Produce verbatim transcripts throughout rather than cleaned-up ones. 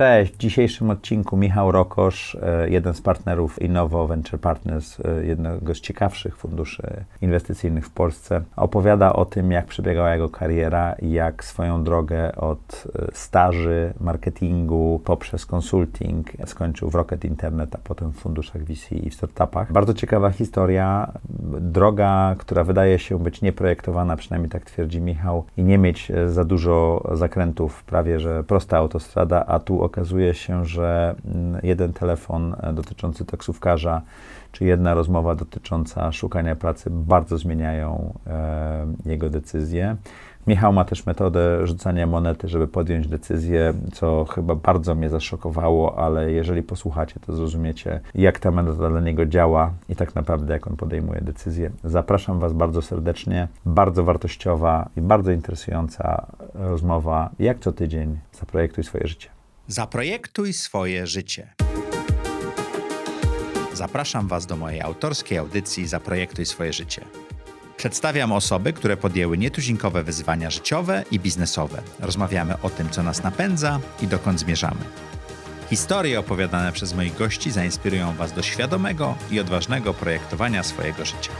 Cześć, w dzisiejszym odcinku Michał Rokosz, jeden z partnerów Innovo Venture Partners, jednego z ciekawszych funduszy inwestycyjnych w Polsce, opowiada o tym, jak przebiegała jego kariera i jak swoją drogę od staży, marketingu poprzez consulting skończył w Rocket Internet, a potem w funduszach V C i w startupach. Bardzo ciekawa historia, droga, która wydaje się być nieprojektowana, przynajmniej tak twierdzi Michał, i nie mieć za dużo zakrętów, prawie że prosta autostrada, a tu okazuje się, że jeden telefon dotyczący taksówkarza, czy jedna rozmowa dotycząca szukania pracy bardzo zmieniają e, jego decyzje. Michał ma też metodę rzucania monety, żeby podjąć decyzję, co chyba bardzo mnie zaszokowało, ale jeżeli posłuchacie, to zrozumiecie, jak ta metoda dla niego działa i tak naprawdę jak on podejmuje decyzje. Zapraszam Was bardzo serdecznie, bardzo wartościowa i bardzo interesująca rozmowa, jak co tydzień. Zaprojektuj swoje życie. Zaprojektuj swoje życie. Zapraszam Was do mojej autorskiej audycji Zaprojektuj swoje życie. Przedstawiam osoby, które podjęły nietuzinkowe wyzwania życiowe i biznesowe. Rozmawiamy o tym, co nas napędza i dokąd zmierzamy. Historie opowiadane przez moich gości zainspirują Was do świadomego i odważnego projektowania swojego życia.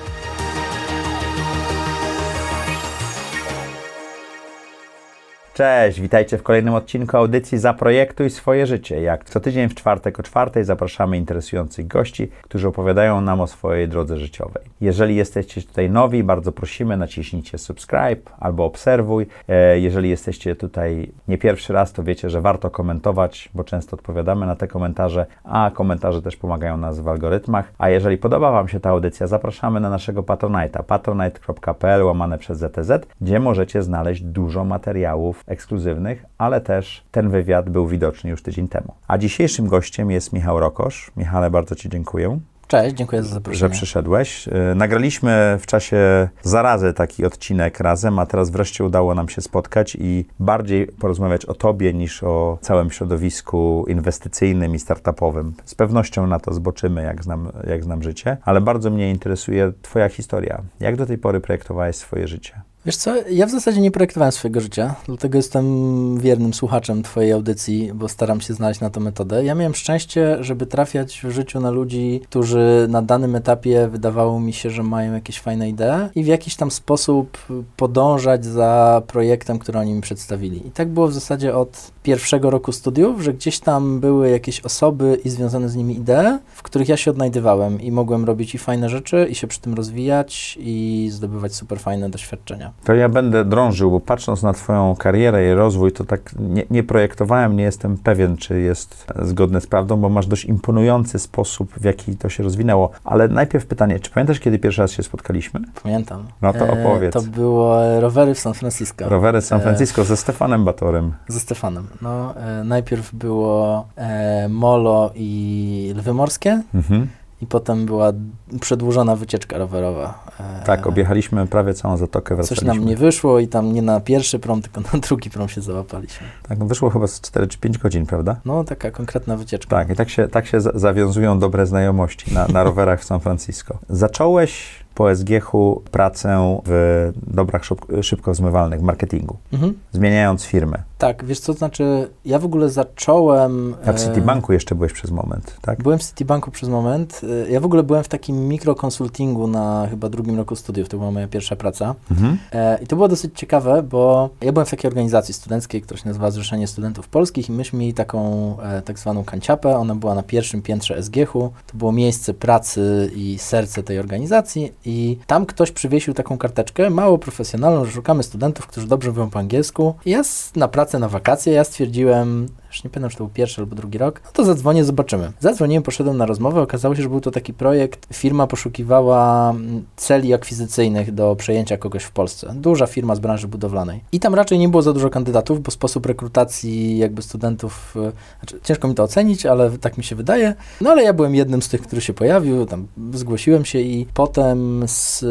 Cześć, witajcie w kolejnym odcinku audycji Zaprojektuj swoje życie. Jak co tydzień w czwartek o czwartej zapraszamy interesujących gości, którzy opowiadają nam o swojej drodze życiowej. Jeżeli jesteście tutaj nowi, bardzo prosimy, naciśnijcie subscribe albo obserwuj. Jeżeli jesteście tutaj nie pierwszy raz, to wiecie, że warto komentować, bo często odpowiadamy na te komentarze, a komentarze też pomagają nas w algorytmach. A jeżeli podoba Wam się ta audycja, zapraszamy na naszego Patronite'a, patronite kropka p l łamane przez Z T Z, gdzie możecie znaleźć dużo materiałów ekskluzywnych, ale też ten wywiad był widoczny już tydzień temu. A dzisiejszym gościem jest Michał Rokosz. Michale, bardzo Ci dziękuję. Cześć, dziękuję za zaproszenie. Że przyszedłeś. Nagraliśmy w czasie zarazy taki odcinek razem, a teraz wreszcie udało nam się spotkać i bardziej porozmawiać o Tobie niż o całym środowisku inwestycyjnym i startupowym. Z pewnością na to zboczymy, jak znam, jak znam życie, ale bardzo mnie interesuje Twoja historia. Jak do tej pory projektowałeś swoje życie? Wiesz co, ja w zasadzie nie projektowałem swojego życia, dlatego jestem wiernym słuchaczem Twojej audycji, bo staram się znaleźć na to metodę. Ja miałem szczęście, żeby trafiać w życiu na ludzi, którzy na danym etapie wydawało mi się, że mają jakieś fajne idee i w jakiś tam sposób podążać za projektem, który oni mi przedstawili. I tak było w zasadzie od pierwszego roku studiów, że gdzieś tam były jakieś osoby i związane z nimi idee, w których ja się odnajdywałem i mogłem robić i fajne rzeczy, i się przy tym rozwijać, i zdobywać super fajne doświadczenia. To ja będę drążył, bo patrząc na Twoją karierę i rozwój, to tak nie, nie projektowałem, nie jestem pewien, czy jest zgodne z prawdą, bo masz dość imponujący sposób, w jaki to się rozwinęło. Ale najpierw pytanie, czy pamiętasz, kiedy pierwszy raz się spotkaliśmy? Pamiętam. No to opowiedz. E, to było rowery w San Francisco. Rowery w San Francisco e, ze Stefanem Batorem. Ze Stefanem. No, e, najpierw było e, molo i lwy morskie. Mhm. I potem była przedłużona wycieczka rowerowa. Tak, objechaliśmy prawie całą zatokę, wracaliśmy. Coś nam nie wyszło i tam nie na pierwszy prom, tylko na drugi prom się załapaliśmy. Tak, no wyszło chyba z cztery czy pięć godzin, prawda? No, taka konkretna wycieczka. Tak, i tak się, tak się zawiązują dobre znajomości na, na rowerach w San Francisco. Zacząłeś po S G H-u pracę w dobrach szybko, szybko zmywalnych, w marketingu, mhm. zmieniając firmę. Tak, wiesz co, to znaczy, ja w ogóle zacząłem... A w Citibanku jeszcze byłeś przez moment, tak? Byłem w Citibanku przez moment. Ja w ogóle byłem w takim mikrokonsultingu na chyba drugim roku studiów, to była moja pierwsza praca. Mhm. I to było dosyć ciekawe, bo ja byłem w takiej organizacji studenckiej, która się nazywa Zrzeszenie Studentów Polskich i myśmy mieli taką tak zwaną kanciapę, ona była na pierwszym piętrze S G H-u, to było miejsce pracy i serce tej organizacji i tam ktoś przywiesił taką karteczkę, mało profesjonalną, że szukamy studentów, którzy dobrze mówią po angielsku. I ja na pracę na wakacje, ja stwierdziłem, już nie pamiętam, czy to był pierwszy albo drugi rok, no to zadzwonię, zobaczymy. Zadzwoniłem, poszedłem na rozmowę, okazało się, że był to taki projekt, firma poszukiwała celi akwizycyjnych do przejęcia kogoś w Polsce. Duża firma z branży budowlanej. I tam raczej nie było za dużo kandydatów, bo sposób rekrutacji jakby studentów, znaczy ciężko mi to ocenić, ale tak mi się wydaje. No ale ja byłem jednym z tych, który się pojawił, tam zgłosiłem się i potem z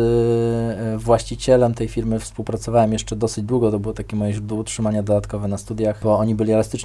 właścicielem tej firmy współpracowałem jeszcze dosyć długo, to było takie moje źródło utrzymania dodatkowe na studiach, bo oni byli elastyczni godzinowo,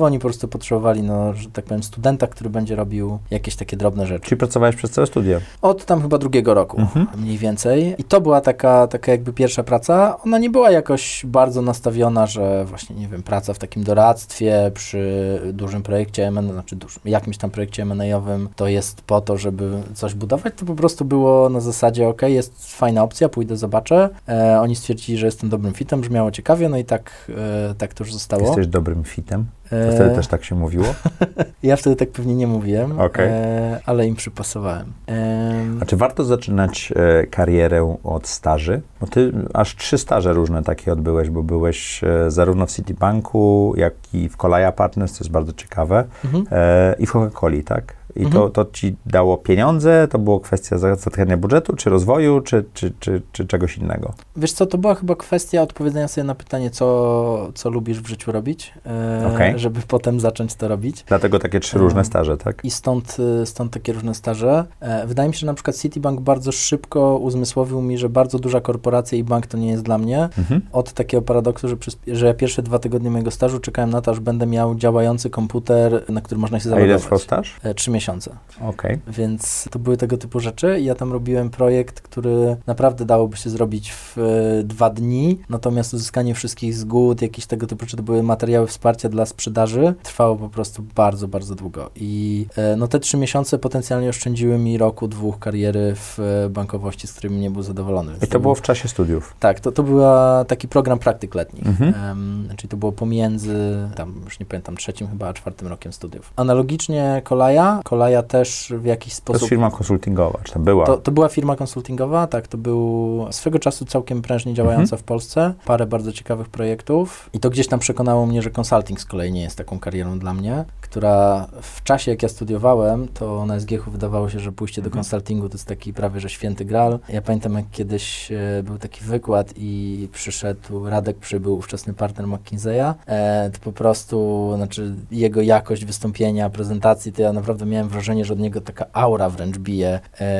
biznesowo, oni po prostu potrzebowali, no, że tak powiem, studenta, który będzie robił jakieś takie drobne rzeczy. Czyli pracowałeś przez całe studia? Od tam chyba drugiego roku, mhm. mniej więcej. I to była taka, taka jakby pierwsza praca. Ona nie była jakoś bardzo nastawiona, że właśnie, nie wiem, praca w takim doradztwie przy dużym projekcie M and A, znaczy dużym, jakimś tam projekcie M and A-owym, to jest po to, żeby coś budować. To po prostu było na zasadzie, ok, jest fajna opcja, pójdę, zobaczę. E, oni stwierdzili, że jestem dobrym fitem, brzmiało ciekawie, no i tak, e, tak to już zostało. Jesteś dobrym fitem? To wtedy też tak się mówiło? Ja wtedy tak pewnie nie mówiłem, okay. e, ale im przypasowałem. E, A czy warto zaczynać e, karierę od staży? Bo ty aż trzy staże różne takie odbyłeś, bo byłeś e, zarówno w Citibanku, jak i w Koleja Partners, to jest bardzo ciekawe, mhm. e, i w Coca-Coli, tak? I mhm. to, to ci dało pieniądze? To było kwestia zatykania budżetu, czy rozwoju, czy, czy, czy, czy czegoś innego? Wiesz co, to była chyba kwestia odpowiedzenia sobie na pytanie, co, co lubisz w życiu robić, e, okay. żeby potem zacząć to robić. Dlatego takie trzy różne staże, tak? I stąd, stąd takie różne staże. E, wydaje mi się, że na przykład Citibank bardzo szybko uzmysłowił mi, że bardzo duża korporacja i bank to nie jest dla mnie. Mhm. Od takiego paradoksu, że, przez, że ja pierwsze dwa tygodnie mojego stażu czekałem na to, aż będę miał działający komputer, na który można się zalogować. A ile trwał staż? E, trzy miesiące. Okay. Więc to były tego typu rzeczy. Ja tam robiłem projekt, który naprawdę dałoby się zrobić w y, dwa dni, natomiast uzyskanie wszystkich zgód, jakieś tego typu, czy to były materiały wsparcia dla sprzedaży, trwało po prostu bardzo, bardzo długo. I y, no te trzy miesiące potencjalnie oszczędziły mi roku, dwóch kariery w y, bankowości, z którymi nie był zadowolony. I to było w czasie studiów? Tak, to, to był taki program praktyk letnich. Mhm. Um, czyli to było pomiędzy, tam już nie pamiętam, trzecim chyba, a czwartym rokiem studiów. Analogicznie Koleja, Koleja też w jakiś sposób... To jest firma konsultingowa, czy to była? To, to była firma konsultingowa, tak, to był swego czasu całkiem prężnie działająca mhm. w Polsce, parę bardzo ciekawych projektów i to gdzieś tam przekonało mnie, że konsulting z kolei nie jest taką karierą dla mnie, która w czasie, jak ja studiowałem, to na S G H-u wydawało się, że pójście mhm. do konsultingu to jest taki prawie, że święty gral. Ja pamiętam, jak kiedyś e, był taki wykład i przyszedł, Radek przybył, ówczesny partner McKinsey'a, e, to po prostu, znaczy jego jakość wystąpienia, prezentacji, to ja naprawdę miałem wrażenie, że od niego taka aura wręcz bije.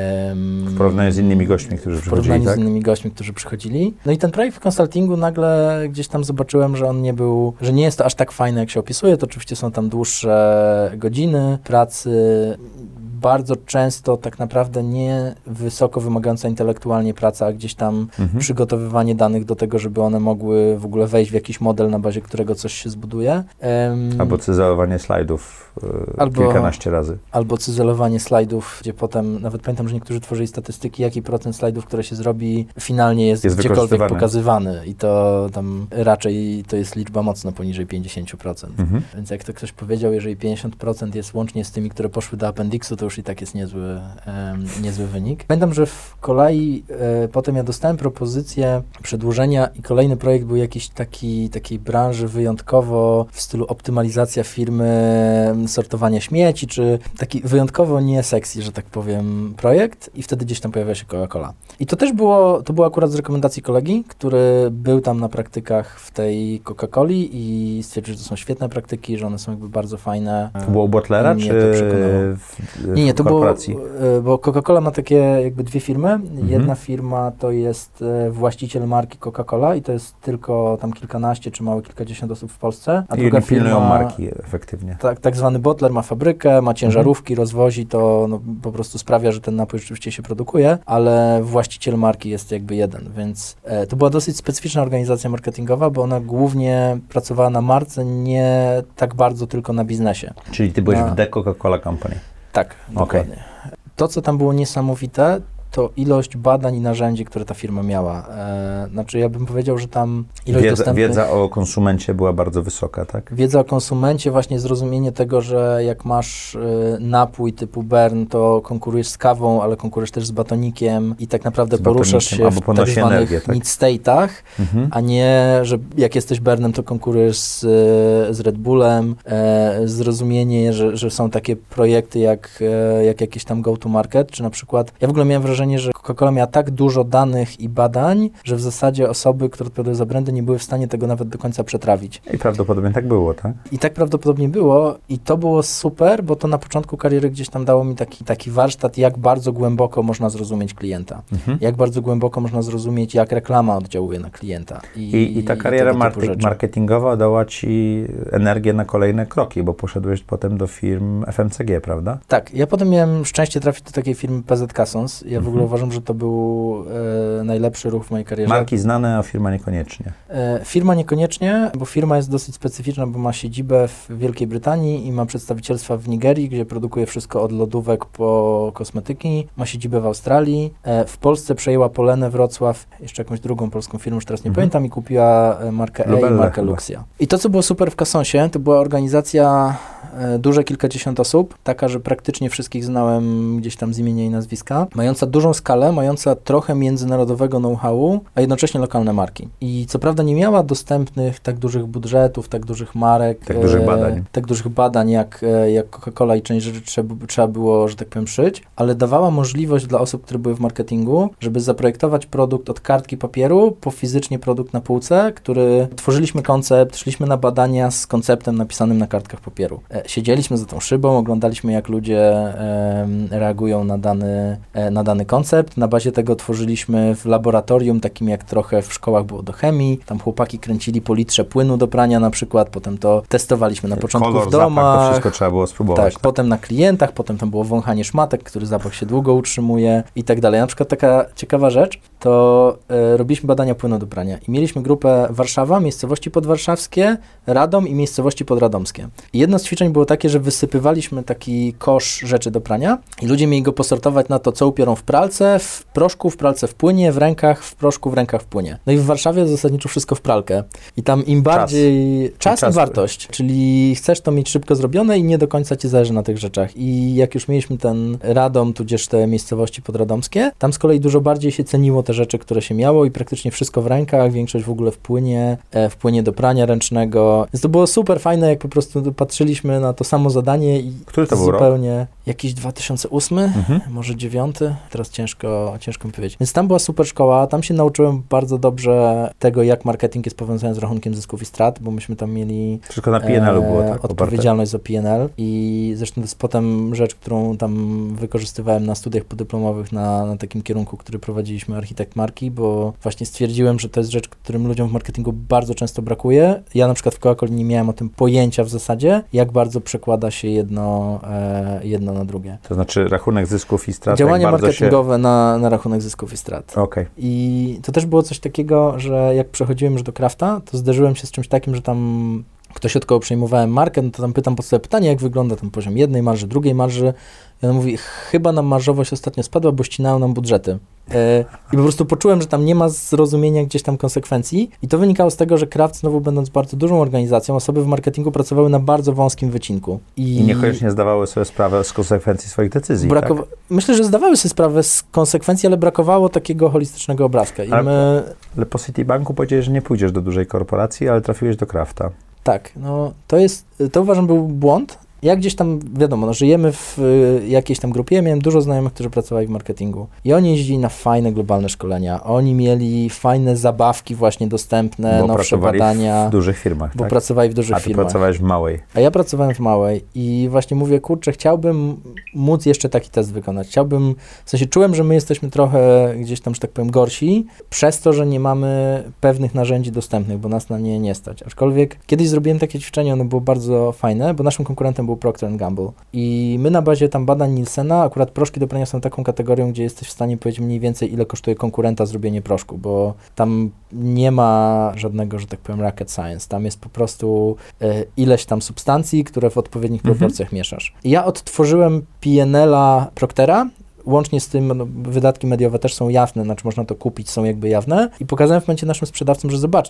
Um, w porównaniu z innymi gośćmi, którzy w przychodzili, porównaniu tak? z innymi gośćmi, którzy przychodzili. No i ten projekt w konsultingu nagle gdzieś tam zobaczyłem, że on nie był, że nie jest to aż tak fajne, jak się opisuje. To oczywiście są tam dłuższe godziny pracy, bardzo często tak naprawdę nie wysoko wymagająca intelektualnie praca, a gdzieś tam mhm. przygotowywanie danych do tego, żeby one mogły w ogóle wejść w jakiś model, na bazie którego coś się zbuduje. Um, albo cyzelowanie slajdów yy, albo, kilkanaście razy. Albo cyzelowanie slajdów, gdzie potem, nawet pamiętam, że niektórzy tworzyli statystyki, jaki procent slajdów, które się zrobi, finalnie jest, jest gdziekolwiek pokazywany i to tam raczej to jest liczba mocno poniżej pięćdziesiąt procent. Mhm. Więc jak to ktoś powiedział, jeżeli pięćdziesiąt procent jest łącznie z tymi, które poszły do appendixu, to już i tak jest niezły, um, niezły wynik. Pamiętam, że w Kolei e, potem ja dostałem propozycję przedłużenia i kolejny projekt był jakiś taki, takiej branży wyjątkowo w stylu optymalizacja firmy, sortowania śmieci, czy taki wyjątkowo nie sexy, że tak powiem, projekt i wtedy gdzieś tam pojawia się Coca-Cola. I to też było, to było akurat z rekomendacji kolegi, który był tam na praktykach w tej Coca-Coli i stwierdził, że to są świetne praktyki, że one są jakby bardzo fajne. To było u Butlera, czy w, w nie, nie, to było, bo Coca-Cola ma takie jakby dwie firmy. Mhm. Jedna firma to jest właściciel marki Coca-Cola i to jest tylko tam kilkanaście czy małe kilkadziesiąt osób w Polsce. A I druga oni pilnują firma, marki efektywnie. Tak, tak zwany bottler ma fabrykę, ma ciężarówki, mhm. rozwozi to, no, po prostu sprawia, że ten napój rzeczywiście się produkuje, ale właściciel marki jest jakby jeden, więc e, to była dosyć specyficzna organizacja marketingowa, bo ona głównie pracowała na marce, nie tak bardzo tylko na biznesie. Czyli ty byłeś na... w The Coca-Cola Company. Tak, dokładnie. Okay. To, co tam było niesamowite, to ilość badań i narzędzi, które ta firma miała. E, znaczy, ja bym powiedział, że tam ilość wiedza, dostępnych... Wiedza o konsumencie była bardzo wysoka, tak? Wiedza o konsumencie, właśnie zrozumienie tego, że jak masz y, napój typu Bern, to konkurujesz z kawą, ale konkurujesz też z batonikiem i tak naprawdę z poruszasz się w tak zwanych tak? need state'ach, mhm. a nie, że jak jesteś Bernem, to konkurujesz z, z Red Bullem. E, zrozumienie, że, że są takie projekty jak, e, jak jakieś tam go to market, czy na przykład, ja w ogóle miałem wrażenie, wrażenie, że Coca-Cola miała tak dużo danych i badań, że w zasadzie osoby, które odpowiadały za brandy, nie były w stanie tego nawet do końca przetrawić. I prawdopodobnie tak było, tak? I tak prawdopodobnie było i to było super, bo to na początku kariery gdzieś tam dało mi taki, taki warsztat, jak bardzo głęboko można zrozumieć klienta. Mhm. Jak bardzo głęboko można zrozumieć, jak reklama oddziałuje na klienta. I, I, i ta kariera market, marketingowa dała ci energię na kolejne kroki, bo poszedłeś potem do firm F M C G, prawda? Tak, ja potem miałem szczęście trafić do takiej firmy P Z Cassons. Ja mhm. w ogóle uważam, że to był e, najlepszy ruch w mojej karierze. Marki znane, a firma niekoniecznie. E, firma niekoniecznie, bo firma jest dosyć specyficzna, bo ma siedzibę w Wielkiej Brytanii i ma przedstawicielstwa w Nigerii, gdzie produkuje wszystko od lodówek po kosmetyki. Ma siedzibę w Australii. E, w Polsce przejęła Polenę Wrocław, jeszcze jakąś drugą polską firmę, już teraz nie mhm. pamiętam, i kupiła markę E i markę Luxia. I to, co było super w Cassonsie, to była organizacja e, duże, kilkadziesiąt osób, taka, że praktycznie wszystkich znałem gdzieś tam z imienia i nazwiska, mająca dużą skalę, mająca trochę międzynarodowego know-howu, a jednocześnie lokalne marki. I co prawda nie miała dostępnych tak dużych budżetów, tak dużych marek, tak dużych badań, e, tak dużych badań jak, e, jak Coca-Cola i część rzeczy trzeba, trzeba było, że tak powiem, szyć, ale dawała możliwość dla osób, które były w marketingu, żeby zaprojektować produkt od kartki papieru po fizycznie produkt na półce, który tworzyliśmy koncept, szliśmy na badania z konceptem napisanym na kartkach papieru. E, siedzieliśmy za tą szybą, oglądaliśmy, jak ludzie e, reagują na dany, e, na dany koncept. Na bazie tego tworzyliśmy w laboratorium, takim jak trochę w szkołach było do chemii. Tam chłopaki kręcili po litrze płynu do prania na przykład, potem to testowaliśmy na początku kolor, w domach. Zapach, to wszystko trzeba było spróbować. Tak, tak, potem na klientach, potem tam było wąchanie szmatek, który zapach się długo utrzymuje i tak dalej. Na przykład taka ciekawa rzecz, to e, robiliśmy badania płynu do prania i mieliśmy grupę Warszawa, miejscowości podwarszawskie, Radom i miejscowości podradomskie. I jedno z ćwiczeń było takie, że wysypywaliśmy taki kosz rzeczy do prania i ludzie mieli go posortować na to, co upiorą w pralce, w proszku, w pralce w płynie, w rękach, w proszku, w rękach w płynie. No i w Warszawie zasadniczo wszystko w pralkę. I tam im bardziej czas, czas i, czas i wartość, czyli chcesz to mieć szybko zrobione i nie do końca ci zależy na tych rzeczach. I jak już mieliśmy ten Radom, tudzież te miejscowości podradomskie, tam z kolei dużo bardziej się ceniło te rzeczy, które się miało i praktycznie wszystko w rękach, większość w ogóle w płynie, w płynie do prania ręcznego. Więc to było super fajne, jak po prostu patrzyliśmy na to samo zadanie i który to był zupełnie rok? Jakiś dwa tysiące ósmy, mhm. może dziewiąty, teraz ciężko, ciężko mi powiedzieć. Więc tam była super szkoła, tam się nauczyłem bardzo dobrze tego, jak marketing jest powiązany z rachunkiem zysków i strat, bo myśmy tam mieli wszystko na P and L było, tak, odpowiedzialność za P and L i zresztą to jest potem rzecz, którą tam wykorzystywałem na studiach podyplomowych na, na takim kierunku, który prowadziliśmy, architekt marki, bo właśnie stwierdziłem, że to jest rzecz, którym ludziom w marketingu bardzo często brakuje. Ja na przykład w Coca-Coli nie miałem o tym pojęcia w zasadzie, jak bardzo przekłada się jedno, e, jedno na drugie. To znaczy rachunek zysków i strat. Działania marketingowe się... na, na rachunek zysków i strat. Okay. I to też było coś takiego, że jak przechodziłem już do Krafta, to zderzyłem się z czymś takim, że tam ktoś, od kogo przejmowałem markę, no to tam pytam podstawowe pytanie, jak wygląda ten poziom jednej marży, drugiej marży. I on mówi, chyba nam marżowość ostatnio spadła, bo ścinają nam budżety. Yy, I po prostu poczułem, że tam nie ma zrozumienia gdzieś tam konsekwencji. I to wynikało z tego, że Kraft, znowu będąc bardzo dużą organizacją, osoby w marketingu pracowały na bardzo wąskim wycinku. I, I niekoniecznie zdawały sobie sprawę z konsekwencji swoich decyzji, brakowa- tak? Myślę, że zdawały sobie sprawę z konsekwencji, ale brakowało takiego holistycznego obrazka. I ale, my... ale po Citibanku powiedziałeś, że nie pójdziesz do dużej korporacji, ale trafiłeś do Krafta. Tak, no to jest, to uważam był błąd. Ja gdzieś tam, wiadomo, no, żyjemy w y, jakiejś tam grupie, ja miałem dużo znajomych, którzy pracowali w marketingu i oni jeździli na fajne globalne szkolenia, oni mieli fajne zabawki właśnie dostępne, bo nowsze badania. w dużych firmach, Bo tak? pracowali w dużych A ty firmach. pracowałeś w małej. A ja pracowałem w małej i właśnie mówię, kurczę, chciałbym móc jeszcze taki test wykonać. Chciałbym, w sensie czułem, że my jesteśmy trochę gdzieś tam, że tak powiem, gorsi, przez to, że nie mamy pewnych narzędzi dostępnych, bo nas na nie nie stać. Aczkolwiek kiedyś zrobiłem takie ćwiczenie, ono było bardzo fajne, bo naszym konkurentem był Procter and Gamble. I my na bazie tam badań Nielsena, akurat proszki do prania są taką kategorią, gdzie jesteś w stanie powiedzieć mniej więcej, ile kosztuje konkurenta zrobienie proszku, bo tam nie ma żadnego, że tak powiem, rocket science. Tam jest po prostu e, ileś tam substancji, które w odpowiednich mhm. proporcjach mieszasz. I ja odtworzyłem P and L-a Proctera, łącznie z tym no, wydatki mediowe też są jawne, znaczy można to kupić, są jakby jawne i pokazałem w momencie naszym sprzedawcom, że zobaczcie,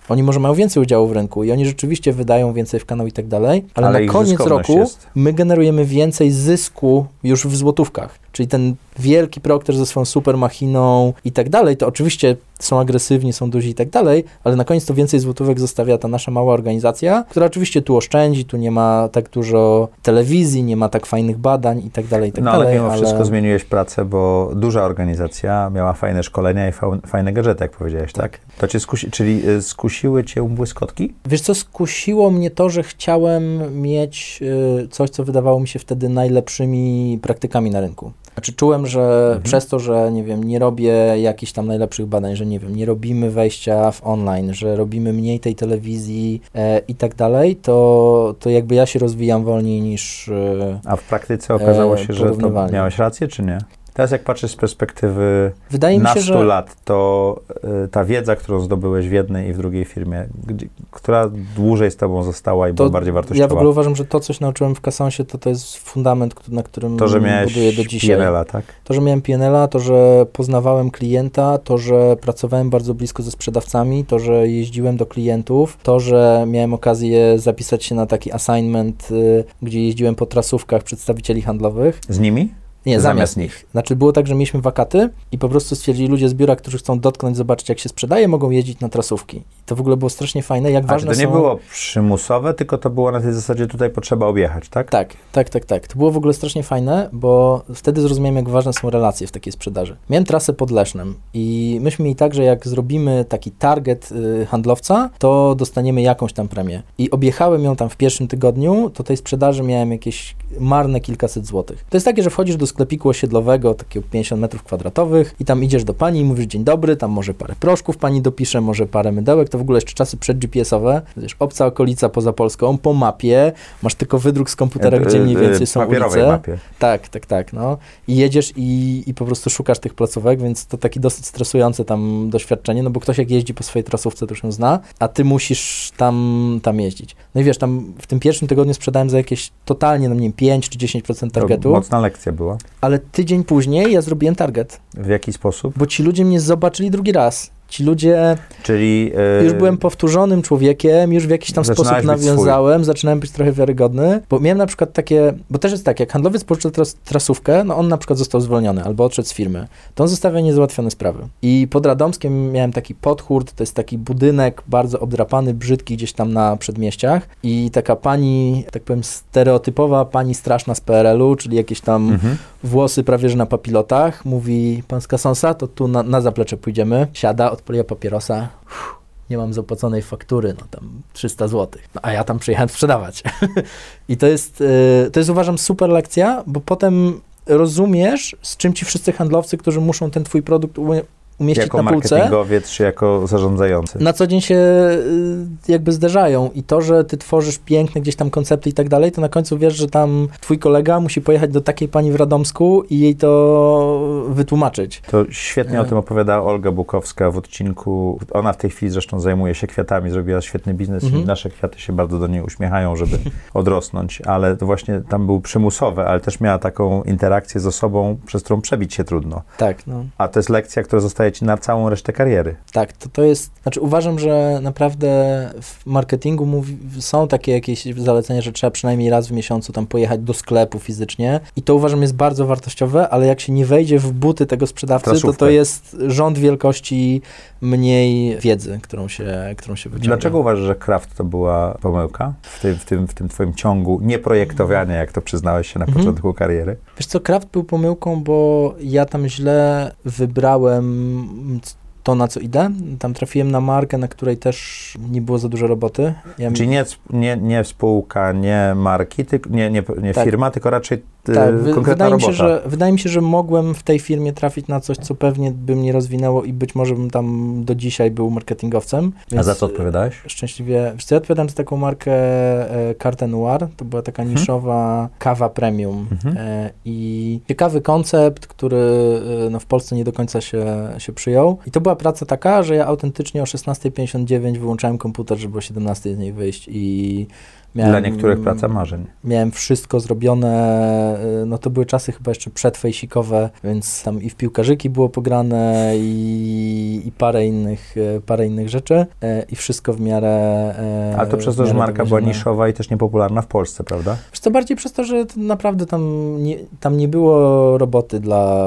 Oni może mają więcej udziału w rynku i oni rzeczywiście wydają więcej w kanał i tak dalej, ale, ale na koniec roku jest. my generujemy więcej zysku już w złotówkach. Czyli ten wielki Procter ze swoją super machiną i tak dalej, to oczywiście są agresywni, są duzi i tak dalej, ale na koniec to więcej złotówek zostawia ta nasza mała organizacja, która oczywiście tu oszczędzi, tu nie ma tak dużo telewizji, nie ma tak fajnych badań i tak dalej, i tak no, dalej. Ale mimo ale... wszystko zmieniłeś pracę, bo duża organizacja miała fajne szkolenia i fa- fajne gadżety, jak powiedziałeś, tak? tak? To cię skusi, czyli y, skusiły cię błyskotki? Wiesz co, skusiło mnie to, że chciałem mieć y, coś, co wydawało mi się wtedy najlepszymi praktykami na rynku. Znaczy czułem, że mhm. przez to, że nie wiem, nie robię jakichś tam najlepszych badań, że nie wiem, nie robimy wejścia w online, że robimy mniej tej telewizji e, i tak dalej, to, to jakby ja się rozwijam wolniej niż e, A w praktyce okazało się, że to miałeś rację, czy nie? Teraz jak patrzysz z perspektywy Wydaje mi się, nastu że... lat, to y, ta wiedza, którą zdobyłeś w jednej i w drugiej firmie, gdzie, która dłużej z tobą została i to była bardziej wartościowa? Ja w ogóle uważam, że to, co się nauczyłem w Kasonsie, to to jest fundament, na którym to, że buduję do dzisiaj. P N L-a, tak? To, że miałem P N L-a, to, że poznawałem klienta, to, że pracowałem bardzo blisko ze sprzedawcami, to, że jeździłem do klientów, to, że miałem okazję zapisać się na taki assignment, y, gdzie jeździłem po trasówkach przedstawicieli handlowych. Z nimi? Nie, zamiast, zamiast nich. Znaczy było tak, że mieliśmy wakaty i po prostu stwierdzili ludzie z biura, którzy chcą dotknąć, zobaczyć jak się sprzedaje, mogą jeździć na trasówki. I to w ogóle było strasznie fajne, jak A ważne to nie są... było przymusowe, tylko to było na tej zasadzie, tutaj potrzeba objechać, tak? Tak, tak, tak, tak. To było w ogóle strasznie fajne, bo wtedy zrozumiałem, jak ważne są relacje w takiej sprzedaży. Miałem trasę pod Lesznem i myśmy mieli tak, że jak zrobimy taki target y, handlowca, to dostaniemy jakąś tam premię. I objechałem ją tam w pierwszym tygodniu, to tej sprzedaży miałem jakieś marne kilkaset złotych. To jest takie, że wchodzisz do sklepiku osiedlowego, takiego pięćdziesiąt metrów kwadratowych i tam idziesz do pani i mówisz dzień dobry, tam może parę proszków pani dopisze, może parę mydełek, to w ogóle jeszcze czasy przed G P S-owe, wiesz, obca okolica poza Polską, po mapie, masz tylko wydruk z komputera, gdzie mniej więcej są ulice. Mapie. Tak, tak, tak, no. I jedziesz i, i po prostu szukasz tych placówek, więc to takie dosyć stresujące tam doświadczenie, no bo ktoś jak jeździ po swojej trasówce, to już ją zna, a ty musisz tam, tam jeździć. No i wiesz, tam w tym pierwszym tygodniu sprzedałem za jakieś totalnie, no nie wiem, pięć czy dziesięć procent targetu. To mocna lekcja była. Ale tydzień później ja zrobiłem target. W jaki sposób? Bo ci ludzie mnie zobaczyli drugi raz. Ci ludzie... Czyli... Yy, już byłem powtórzonym człowiekiem, już w jakiś tam sposób nawiązałem, zaczynałem być trochę wiarygodny, bo miałem na przykład takie... Bo też jest tak, jak handlowiec pożyczy tras, trasówkę, no on na przykład został zwolniony albo odszedł z firmy, to on zostawia niezałatwione sprawy. I pod Radomskiem miałem taki podhurt, to jest taki budynek bardzo obdrapany, brzydki gdzieś tam na przedmieściach i taka pani, tak powiem stereotypowa pani straszna z P R L u, czyli jakieś tam mhm. włosy prawie że na papilotach, mówi pan z Kasonsa, to tu na, na zaplecze pójdziemy, siada, odpaliła papierosa, uff, nie mam zapłaconej faktury, no tam trzysta złotych, no, a ja tam przyjechałem sprzedawać. I to jest, yy, to jest uważam super lekcja, bo potem rozumiesz, z czym ci wszyscy handlowcy, którzy muszą ten twój produkt umie- umieścić jako na półce. Jako marketingowiec, czy jako zarządzający. Na co dzień się y, jakby zderzają i to, że ty tworzysz piękne gdzieś tam koncepty i tak dalej, to na końcu wiesz, że tam twój kolega musi pojechać do takiej pani w Radomsku i jej to wytłumaczyć. To świetnie o tym opowiada Olga Bukowska w odcinku. Ona w tej chwili zresztą zajmuje się kwiatami, zrobiła świetny biznes mhm. i nasze kwiaty się bardzo do niej uśmiechają, żeby odrosnąć, ale to właśnie tam był przymusowe, ale też miała taką interakcję z osobą, przez którą przebić się trudno. Tak, no. A to jest lekcja, która zostaje ci na całą resztę kariery. Tak, to, to jest, znaczy uważam, że naprawdę w marketingu mówi, są takie jakieś zalecenia, że trzeba przynajmniej raz w miesiącu tam pojechać do sklepu fizycznie i to uważam jest bardzo wartościowe, ale jak się nie wejdzie w buty tego sprzedawcy, Trasówkę. to to jest rząd wielkości mniej wiedzy, którą się, którą się wyciąga. Dlaczego uważasz, że Kraft to była pomyłka w tym, w tym, w tym twoim ciągu nieprojektowania, jak to przyznałeś się na mhm. początku kariery? Wiesz co, Kraft był pomyłką, bo ja tam źle wybrałem to, na co idę. Tam trafiłem na markę, na której też nie było za dużo roboty. Ja Czyli nie, nie, nie spółka, nie marki, ty, nie, nie, nie tak. firma, tylko raczej tak, konkretna wydaje robota. Mi się, że, wydaje mi się, że mogłem w tej firmie trafić na coś, co pewnie by mnie rozwinęło i być może bym tam do dzisiaj był marketingowcem. A za co odpowiadałeś? Szczęśliwie. Wiesz co, ja odpowiadam za taką markę e, Carte Noir. To była taka hmm. niszowa kawa premium. Hmm. E, I ciekawy koncept, który e, no, w Polsce nie do końca się, się przyjął. I to była praca taka, że ja autentycznie o szesnasta pięćdziesiąt dziewięć wyłączałem komputer, żeby o siedemnastej z niej wyjść i Miałem, Dla niektórych praca marzeń. Miałem wszystko zrobione, no to były czasy chyba jeszcze przedfejsikowe, więc tam i w piłkarzyki było pograne i, i parę innych, parę innych rzeczy i wszystko w miarę... Ale to przez to, że marka była niszowa i też niepopularna w Polsce, prawda? Wiesz co, bardziej przez to, że to naprawdę tam nie, tam nie było roboty dla,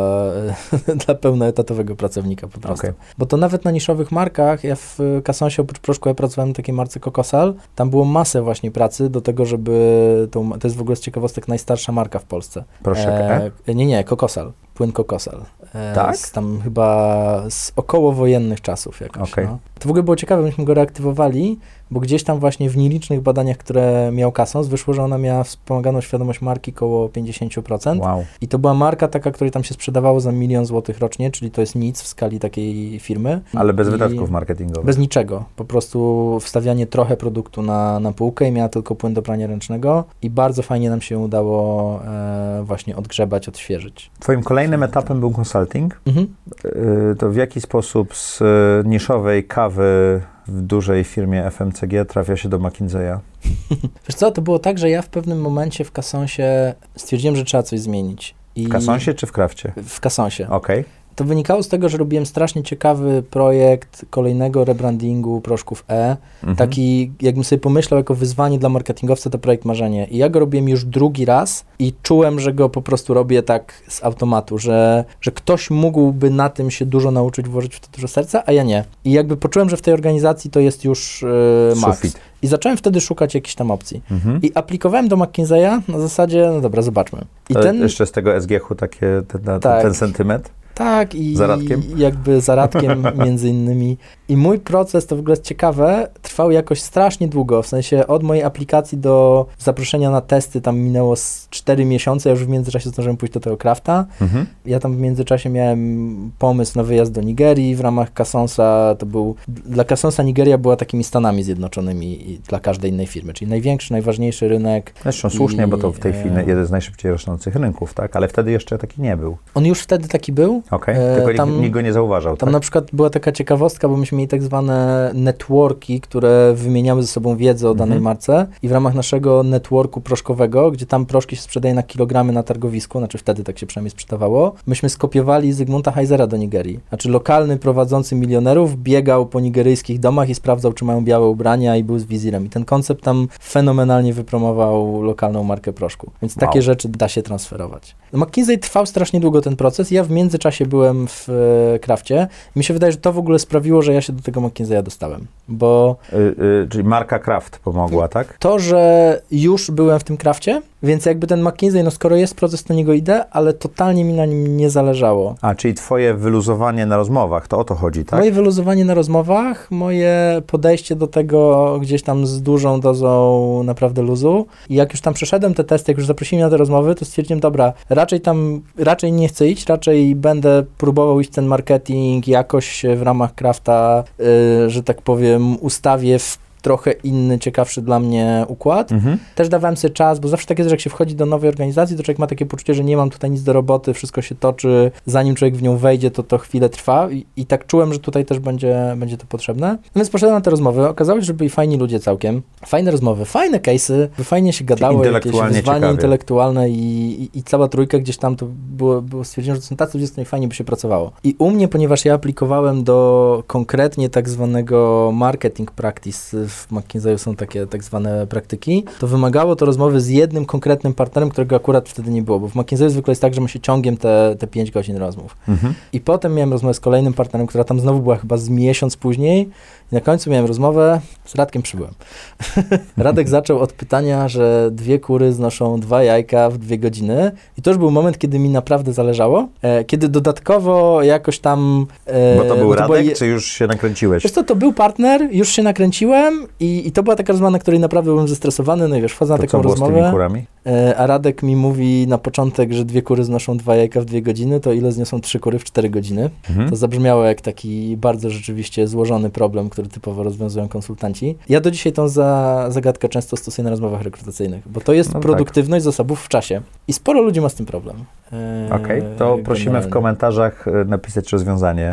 dla pełnoetatowego pracownika po prostu. Okay. Bo to nawet na niszowych markach, ja w Cassonsie oprócz proszku ja pracowałem na takiej marce Cocosal, tam było masę właśnie pracy do tego, żeby, to, to jest w ogóle z ciekawostek najstarsza marka w Polsce. Proszek E? e? Nie, nie, Cocosal. Płyn Cocosal. E, tak? Z tam chyba z okołowojennych czasów jakoś. Okay. No. To w ogóle było ciekawe, myśmy go reaktywowali, bo gdzieś tam właśnie w nielicznych badaniach, które miał Cassons, wyszło, że ona miała wspomaganą świadomość marki koło pięćdziesiąt procent. Wow. I to była marka taka, której tam się sprzedawało za milion złotych rocznie, czyli to jest nic w skali takiej firmy. Ale bez I wydatków marketingowych. Bez niczego. Po prostu wstawianie trochę produktu na, na półkę i miała tylko płyn do prania ręcznego i bardzo fajnie nam się udało e, właśnie odgrzebać, odświeżyć. Twoim kolejnym etapem był consulting. Mhm. Y, to w jaki sposób z y, niszowej kawy w dużej firmie F M C G trafia się do McKinsey'a? Wiesz co, to było tak, że ja w pewnym momencie w Cassonsie stwierdziłem, że trzeba coś zmienić. I w Cassonsie czy w Crafcie? W Cassonsie. Okej. Okay. To wynikało z tego, że robiłem strasznie ciekawy projekt kolejnego rebrandingu proszków E. Mhm. Taki, jakbym sobie pomyślał, jako wyzwanie dla marketingowca, to projekt marzenie. I ja go robiłem już drugi raz i czułem, że go po prostu robię tak z automatu, że, że ktoś mógłby na tym się dużo nauczyć, włożyć w to dużo serca, a ja nie. I jakby poczułem, że w tej organizacji to jest już yy, max. Sufit. I zacząłem wtedy szukać jakichś tam opcji. Mhm. I aplikowałem do McKinsey'a na zasadzie, no dobra, zobaczmy. I ten, jeszcze z tego S G H-u takie, ten, ten, tak. ten sentyment? Tak, i zaradkiem? jakby zaradkiem między innymi. I mój proces, to w ogóle jest ciekawe, trwał jakoś strasznie długo, w sensie od mojej aplikacji do zaproszenia na testy tam minęło z cztery miesiące, ja już w międzyczasie zdążyłem pójść do tego Crafta. Mhm. Ja tam w międzyczasie miałem pomysł na wyjazd do Nigerii w ramach Cassonsa, to był, dla Cassonsa Nigeria była takimi Stanami Zjednoczonymi i dla każdej innej firmy, czyli największy, najważniejszy rynek. Zresztą słusznie, i, bo to w tej chwili jeden z najszybciej rosnących rynków, tak? Ale wtedy jeszcze taki nie był. On już wtedy taki był. Okej, okay. Tylko tam, nikt, nikt go nie zauważał. Tam tak? na przykład była taka ciekawostka, bo myśmy mieli tak zwane networki, które wymieniały ze sobą wiedzę o danej mhm. marce i w ramach naszego networku proszkowego, gdzie tam proszki się sprzedaje na kilogramy na targowisku, znaczy wtedy tak się przynajmniej sprzedawało, myśmy skopiowali Zygmunta Heisera do Nigerii. Znaczy lokalny prowadzący milionerów biegał po nigeryjskich domach i sprawdzał, czy mają białe ubrania i był z wizirem. I ten koncept tam fenomenalnie wypromował lokalną markę proszku. Więc wow. takie rzeczy da się transferować. McKinsey trwał strasznie długo ten proces. Ja w międzyczasie byłem w e, Crafcie i mi się wydaje, że to w ogóle sprawiło, że ja się do tego McKinsey'a dostałem, bo... Y, y, czyli marka Craft pomogła, tak? To, że już byłem w tym Crafcie, więc jakby ten McKinsey, no skoro jest proces, to niego idę, ale totalnie mi na nim nie zależało. A, czyli twoje wyluzowanie na rozmowach, to o to chodzi, tak? Moje wyluzowanie na rozmowach, moje podejście do tego gdzieś tam z dużą dozą naprawdę luzu i jak już tam przeszedłem te testy, jak już zaprosili mnie na te rozmowy, to stwierdziłem, dobra, raczej tam, raczej nie chcę iść, raczej będę próbował iść ten marketing jakoś w ramach Crafta, yy, że tak powiem, ustawię w trochę inny, ciekawszy dla mnie układ. Mhm. Też dawałem sobie czas, bo zawsze tak jest, że jak się wchodzi do nowej organizacji, to człowiek ma takie poczucie, że nie mam tutaj nic do roboty, wszystko się toczy, zanim człowiek w nią wejdzie, to to chwilę trwa i, i tak czułem, że tutaj też będzie, będzie to potrzebne. No więc poszedłem na te rozmowy, okazało się, że byli fajni ludzie całkiem, fajne rozmowy, fajne case'y, fajnie się gadało, jakieś wyzwanie ciekawie. intelektualne i, i, i cała trójka gdzieś tam to było, było stwierdzenie, że to są tacy ludzie, z którymi fajnie by się pracowało. I u mnie, ponieważ ja aplikowałem do konkretnie tak zwanego marketing practice, w McKinsey'u są takie tak zwane praktyki, to wymagało to rozmowy z jednym konkretnym partnerem, którego akurat wtedy nie było, bo w McKinsey'u zwykle jest tak, że ma się ciągiem te, te pięć godzin rozmów. Mhm. I potem miałem rozmowę z kolejnym partnerem, która tam znowu była chyba z miesiąc później i na końcu miałem rozmowę, z Radkiem przybyłem. Radek zaczął od pytania, że dwie kury znoszą dwa jajka w dwie godziny i to już był moment, kiedy mi naprawdę zależało, e, kiedy dodatkowo jakoś tam... E, bo to był Radek, to była... czy już się nakręciłeś? Wiesz co, to był partner, już się nakręciłem i, i to była taka rozmowa, na której naprawdę byłem zestresowany, no i wiesz, wchodzę na to taką co było rozmowę. Z tymi kurami? E, a Radek mi mówi na początek, że dwie kury znoszą dwa jajka w dwie godziny, to ile zniosą trzy kury w cztery godziny? Mhm. To zabrzmiało jak taki bardzo rzeczywiście złożony problem, który typowo rozwiązują konsultanci. Ja do dzisiaj tą za, zagadkę często stosuję na rozmowach rekrutacyjnych, bo to jest no produktywność tak. zasobów w czasie. I sporo ludzi ma z tym problem. Okej, okay, to prosimy w komentarzach napisać rozwiązanie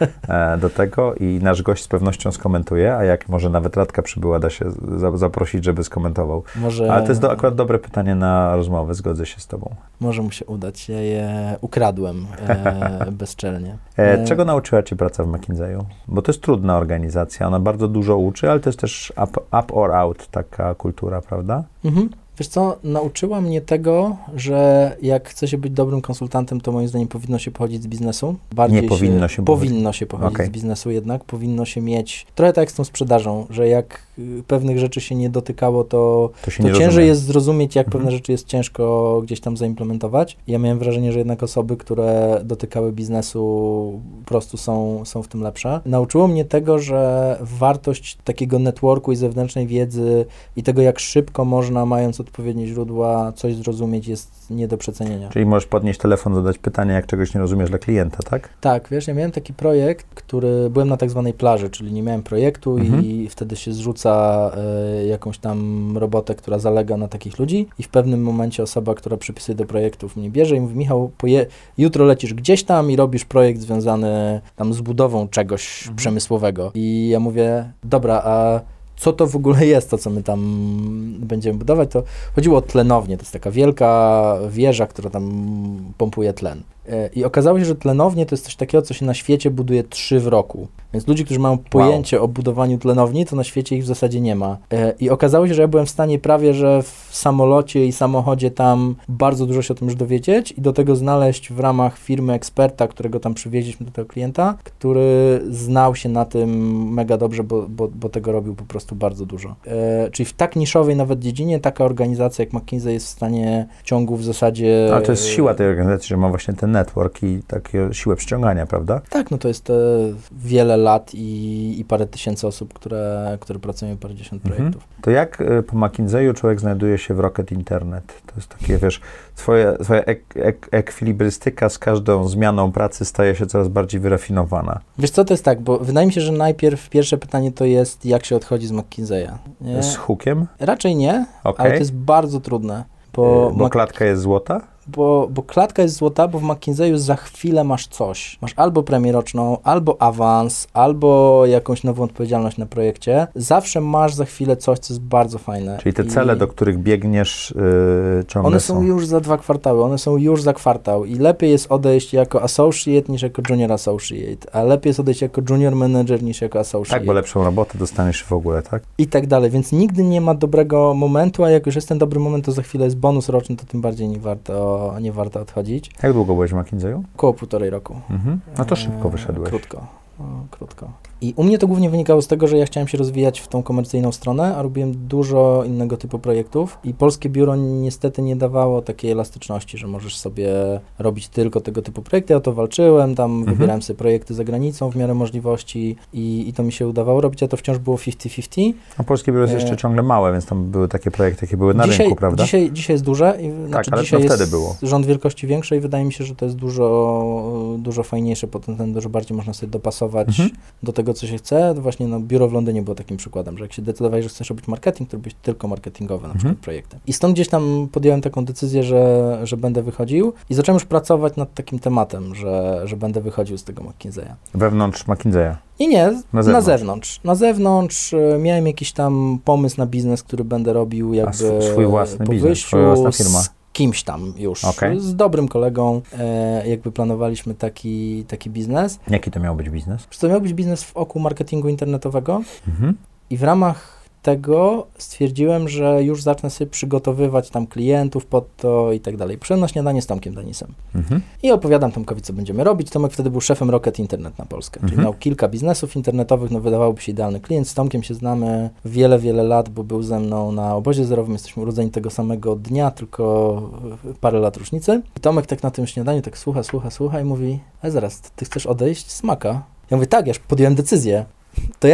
do tego i nasz gość z pewnością skomentuje, a jak może nawet Radka przybyła, da się zaprosić, żeby skomentował. Może... Ale to jest do, akurat dobre pytanie na rozmowę, zgodzę się z tobą. Może mu się udać, ja je ukradłem e, bezczelnie. E, czego nauczyła cię praca w McKinsey'u? Bo to jest trudna organizacja, ona bardzo dużo uczy, ale to jest też up, up or out taka kultura, prawda? Mhm. Wiesz co, nauczyła mnie tego, że jak chce się być dobrym konsultantem, to moim zdaniem powinno się pochodzić z biznesu. Bardziej Nie powinno się, się Powinno się pochodzić okay. z biznesu jednak, powinno się mieć, trochę tak jak z tą sprzedażą, że jak y, pewnych rzeczy się nie dotykało, to, to, to ciężej rozumie. jest zrozumieć, jak mhm. pewne rzeczy jest ciężko gdzieś tam zaimplementować. Ja miałem wrażenie, że jednak osoby, które dotykały biznesu, po prostu są, są w tym lepsze. Nauczyło mnie tego, że wartość takiego networku i zewnętrznej wiedzy i tego, jak szybko można, mając odpowiednie źródła, coś zrozumieć, jest nie do przecenienia. Czyli możesz podnieść telefon, zadać pytanie, jak czegoś nie rozumiesz dla klienta, tak? Tak, wiesz, ja miałem taki projekt, który, byłem na tak zwanej plaży, czyli nie miałem projektu mhm. i wtedy się zrzuca y, jakąś tam robotę, która zalega na takich ludzi i w pewnym momencie osoba, która przypisuje do projektów, mnie bierze i mówi: Michał, poje, jutro lecisz gdzieś tam i robisz projekt związany tam z budową czegoś mhm. przemysłowego. I ja mówię: dobra, a co to w ogóle jest, to co my tam będziemy budować? To chodziło o tlenownię, to jest taka wielka wieża, która tam pompuje tlen. I okazało się, że tlenownie to jest coś takiego, co się na świecie buduje trzy w roku. Więc ludzi, którzy mają pojęcie wow. o budowaniu tlenowni, to na świecie ich w zasadzie nie ma. I okazało się, że ja byłem w stanie prawie, że w samolocie i samochodzie tam bardzo dużo się o tym już dowiedzieć i do tego znaleźć w ramach firmy eksperta, którego tam przywieźliśmy do tego klienta, który znał się na tym mega dobrze, bo, bo, bo tego robił po prostu bardzo dużo. E, czyli w tak niszowej nawet dziedzinie taka organizacja jak McKinsey jest w stanie w ciągu w zasadzie... Ale to jest siła tej organizacji, że ma właśnie ten network i takie siłę przyciągania, prawda? Tak, no to jest e, wiele lat i, i parę tysięcy osób, które, które pracują, parę dziesiąt mhm. projektów. To jak y, po McKinsey'u człowiek znajduje się w Rocket Internet? To jest takie, wiesz, swoje, swoja ek, ek, ekwilibrystyka z każdą zmianą pracy staje się coraz bardziej wyrafinowana. Wiesz co, to jest tak, bo wydaje mi się, że najpierw pierwsze pytanie to jest, jak się odchodzi z McKinsey'a. Nie? Z hookiem? Raczej nie, okay. ale to jest bardzo trudne. Bo, bo klatka jest złota? Bo, bo klatka jest złota, bo w McKinsey'u za chwilę masz coś. Masz albo premię roczną, albo awans, albo jakąś nową odpowiedzialność na projekcie. Zawsze masz za chwilę coś, co jest bardzo fajne. Czyli te cele, I do których biegniesz yy, ciągle One są, są już za dwa kwartały, one są już za kwartał i lepiej jest odejść jako associate niż jako junior associate, a lepiej jest odejść jako junior manager niż jako associate. Tak, bo lepszą robotę dostaniesz w ogóle, tak? I tak dalej, więc nigdy nie ma dobrego momentu, a jak już jest ten dobry moment, to za chwilę jest bonus roczny, to tym bardziej nie warto nie warto odchodzić. Jak długo byłeś w McKinsey'u? Około półtorej roku. Mhm. No to szybko wyszedłeś. Krótko. O, krótko. I u mnie to głównie wynikało z tego, że ja chciałem się rozwijać w tą komercyjną stronę, a robiłem dużo innego typu projektów i polskie biuro niestety nie dawało takiej elastyczności, że możesz sobie robić tylko tego typu projekty. Ja o to walczyłem, tam mhm. wybierałem sobie projekty za granicą w miarę możliwości i, i to mi się udawało robić, a to wciąż było pięćdziesiąt pięćdziesiąt. A polskie biuro jest e... jeszcze ciągle małe, więc tam były takie projekty, jakie były na dzisiaj, rynku, prawda? Dzisiaj, dzisiaj jest duże. I, tak, znaczy ale dzisiaj to wtedy jest było. Rząd wielkości większej i wydaje mi się, że to jest dużo, dużo fajniejsze pod tym względem, że bardziej można sobie dopasować mhm. do tego, co się chce. Właśnie no, biuro w Londynie było takim przykładem, że jak się decydowałeś, że chcesz robić marketing, to robić tylko marketingowe na mhm. przykład projekty. I stąd gdzieś tam podjąłem taką decyzję, że, że będę wychodził i zacząłem już pracować nad takim tematem, że, że będę wychodził z tego McKinsey'a. Wewnątrz McKinsey'a? Nie, nie, na zewnątrz. na zewnątrz. Na zewnątrz miałem jakiś tam pomysł na biznes, który będę robił jakby A swój własny po biznes, wyjściu swoja własna firma. Z kimś tam już, okay. z dobrym kolegą, e, jakby planowaliśmy taki, taki biznes. Jaki to miał być biznes? To miał być biznes wokół marketingu internetowego mhm. i w ramach tego stwierdziłem, że już zacznę sobie przygotowywać tam klientów pod to i tak dalej. Przyszedłem na śniadanie z Tomkiem Denisem mhm. i opowiadam Tomkowi, co będziemy robić. Tomek wtedy był szefem Rocket Internet na Polskę, mhm. czyli miał kilka biznesów internetowych, no wydawałoby się idealny klient. Z Tomkiem się znamy wiele, wiele lat, bo był ze mną na obozie zerowym, jesteśmy urodzeni tego samego dnia, tylko parę lat różnicy. I Tomek tak na tym śniadaniu tak słucha, słucha, słucha i mówi: a zaraz, ty chcesz odejść z Maka? Ja mówię: tak, ja już podjąłem decyzję. To ja ci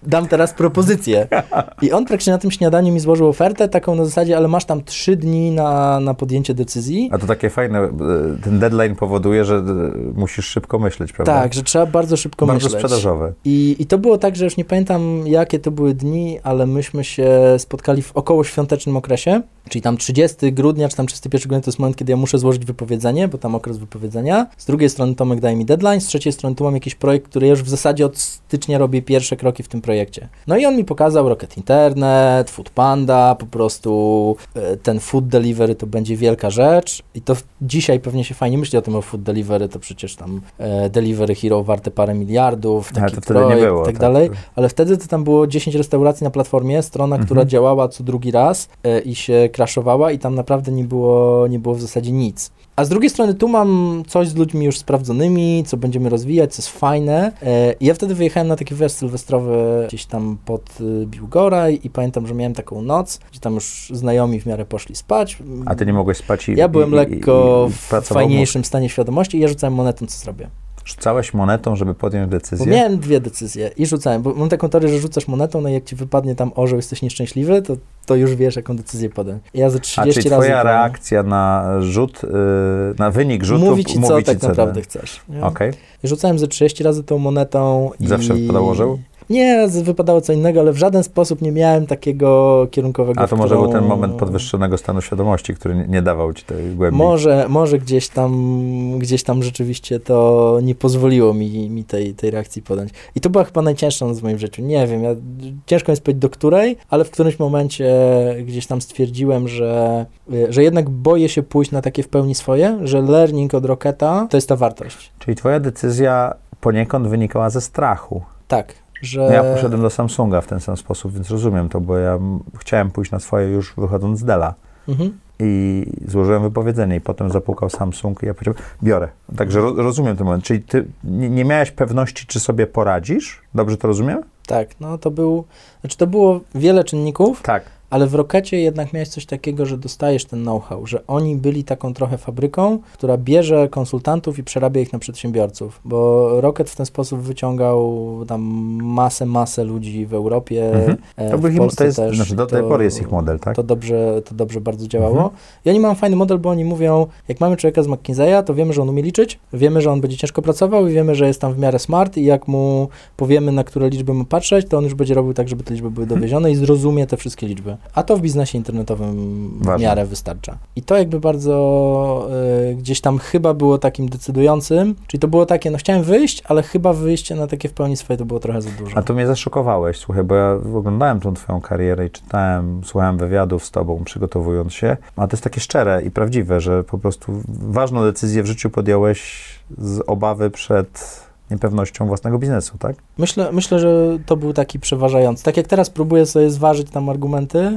dam teraz propozycję. I on praktycznie na tym śniadaniu mi złożył ofertę taką na zasadzie, ale masz tam trzy dni na, na podjęcie decyzji. A to takie fajne, ten deadline powoduje, że musisz szybko myśleć, prawda? Tak, że trzeba bardzo szybko bardzo myśleć. Bardzo sprzedażowe. I, I to było tak, że już nie pamiętam, jakie to były dni, ale myśmy się spotkali w około świątecznym okresie, czyli tam trzydziestego grudnia, czy tam trzydziestego pierwszego grudnia to jest moment, kiedy ja muszę złożyć wypowiedzenie, bo tam okres wypowiedzenia. Z drugiej strony Tomek daje mi deadline, z trzeciej strony tu mam jakiś projekt, który ja już w zasadzie od stycznia robię pierwsze kroki w tym projekcie. No i on mi pokazał Rocket Internet, Food Panda, po prostu ten food delivery to będzie wielka rzecz i to dzisiaj pewnie się fajnie myśli o tym o food delivery, to przecież tam e, Delivery Hero warte parę miliardów, taki ale to projekt wtedy nie było, i tak, tak dalej, ale wtedy to tam było dziesięć restauracji na platformie, strona, mhm. która działała co drugi raz e, i się crashowała i tam naprawdę nie było, nie było w zasadzie nic. A z drugiej strony tu mam coś z ludźmi już sprawdzonymi, co będziemy rozwijać, co jest fajne. E, ja wtedy wyjechałem na taki wyjazd sylwestrowy gdzieś tam pod y, Biłgoraj i pamiętam, że miałem taką noc, gdzie tam już znajomi w miarę poszli spać. A ty nie mogłeś spać i Ja byłem i, lekko i, i w fajniejszym stanie świadomości i ja rzucałem monetą, co zrobię. Rzucałeś monetą, żeby podjąć decyzję? Bo miałem dwie decyzje i rzucałem, bo mam taką teorię, że rzucasz monetą, no i jak ci wypadnie tam orzeł, jesteś nieszczęśliwy, to, to już wiesz, jaką decyzję podjąć. Ja ze trzydzieści A czyli razy... twoja reakcja na rzut, yy, na wynik rzutu mówi ci, co mówi tak ci, naprawdę co, chcesz. Okej. Okay. I rzucałem ze trzydzieści razy tą monetą i... Zawsze wypadał orzeł? Nie, wypadało co innego, ale w żaden sposób nie miałem takiego kierunkowego... A to może którą... był ten moment podwyższonego stanu świadomości, który nie, nie dawał ci tej głębi. Może, może gdzieś tam gdzieś tam rzeczywiście to nie pozwoliło mi, mi tej, tej reakcji podjąć. I to była chyba najcięższa noc w moim życiu. Nie wiem, ja, ciężko jest powiedzieć do której, ale w którymś momencie gdzieś tam stwierdziłem, że, że jednak boję się pójść na takie w pełni swoje, że learning od Rocketa to jest ta wartość. Czyli twoja decyzja poniekąd wynikała ze strachu. Tak. Że... No ja poszedłem do Samsunga w ten sam sposób, więc rozumiem to, bo ja chciałem pójść na swoje już wychodząc z Della. Mhm. I złożyłem wypowiedzenie i potem zapukał Samsung i ja powiedziałem, biorę. Także ro, rozumiem ten moment. Czyli ty nie, nie miałeś pewności, czy sobie poradzisz? Dobrze to rozumiem? Tak, no to był, znaczy to było wiele czynników. Tak. Ale w Rockecie jednak miałeś coś takiego, że dostajesz ten know-how, że oni byli taką trochę fabryką, która bierze konsultantów i przerabia ich na przedsiębiorców, bo Rocket w ten sposób wyciągał tam masę, masę ludzi w Europie, mhm. to w ich, Polsce to jest, też. Znaczy do tej to, pory jest ich model, tak? To dobrze, to dobrze bardzo działało. Mhm. I oni mają fajny model, bo oni mówią, jak mamy człowieka z McKinsey'a, to wiemy, że on umie liczyć, wiemy, że on będzie ciężko pracował i wiemy, że jest tam w miarę smart i jak mu powiemy, na które liczby mu patrzeć, to on już będzie robił tak, żeby te liczby były dowiezione i zrozumie te wszystkie liczby. A to w biznesie internetowym w miarę wystarcza. I to jakby bardzo y, gdzieś tam chyba było takim decydującym, czyli to było takie, no chciałem wyjść, ale chyba wyjście na takie w pełni swoje to było trochę za dużo. A tu mnie zaszokowałeś, słuchaj, bo ja oglądałem tą twoją karierę i czytałem, słuchałem wywiadów z tobą, przygotowując się, a to jest takie szczere i prawdziwe, że po prostu ważną decyzję w życiu podjąłeś z obawy przed niepewnością własnego biznesu, tak? Myślę, myślę, że to był taki przeważający. Tak jak teraz próbuję sobie zważyć tam argumenty,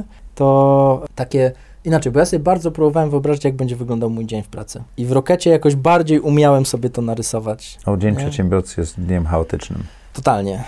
to takie inaczej, bo ja sobie bardzo próbowałem wyobrazić, jak będzie wyglądał mój dzień w pracy. I w Rockecie jakoś bardziej umiałem sobie to narysować. O, dzień nie? przedsiębiorcy jest dniem chaotycznym. Totalnie.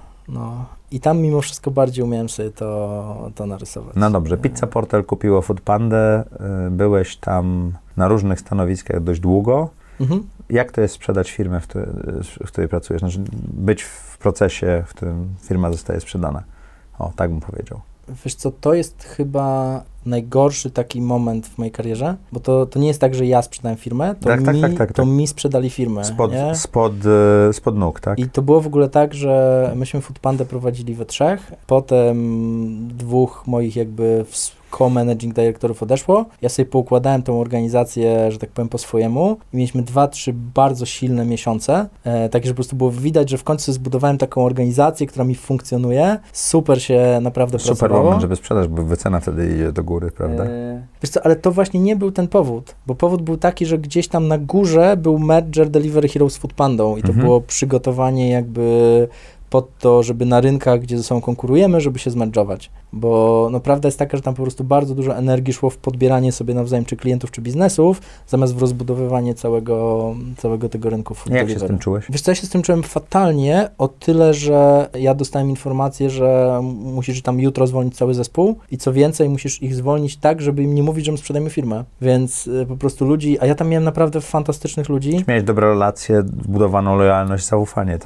No. I tam mimo wszystko bardziej umiałem sobie to, to narysować. No dobrze, Pizza Portal kupiło Food Pandę, byłeś tam na różnych stanowiskach dość długo. Mhm. Jak to jest sprzedać firmę, w której, w której pracujesz? Znaczy być w procesie, w którym firma zostaje sprzedana. O, tak bym powiedział. Wiesz co, to jest chyba najgorszy taki moment w mojej karierze, bo to, to nie jest tak, że ja sprzedałem firmę, to, tak, mi, tak, tak, tak, to tak. mi sprzedali firmę. Spod, nie? spod, spod nóg, tak? I to było w ogóle tak, że myśmy Food Pandę prowadzili we trzech, potem dwóch moich jakby co-managing dyrektorów odeszło. Ja sobie poukładałem tą organizację, że tak powiem, po swojemu i mieliśmy dwa, trzy bardzo silne miesiące, e, takie, że po prostu było widać, że w końcu zbudowałem taką organizację, która mi funkcjonuje. Super się naprawdę Super pracowało. Super moment, żeby sprzedać, bo wycena wtedy idzie do góry, prawda? E, wiesz co, ale to właśnie nie był ten powód, bo powód był taki, że gdzieś tam na górze był merger Delivery Hero z Food Pandą i to mhm. było przygotowanie jakby pod to, żeby na rynkach, gdzie ze sobą konkurujemy, żeby się zmerdżować. Bo no, prawda jest taka, że tam po prostu bardzo dużo energii szło w podbieranie sobie nawzajem czy klientów, czy biznesów, zamiast w rozbudowywanie całego, całego tego rynku food Jak delivery. się z tym czułeś? Wiesz co, ja się z tym czułem fatalnie, o tyle, że ja dostałem informację, że musisz tam jutro zwolnić cały zespół i co więcej, musisz ich zwolnić tak, żeby im nie mówić, że my sprzedajemy firmę. Więc y, po prostu ludzi, a ja tam miałem naprawdę fantastycznych ludzi. Miałeś dobre relacje, zbudowaną lojalność, zaufanie, tak?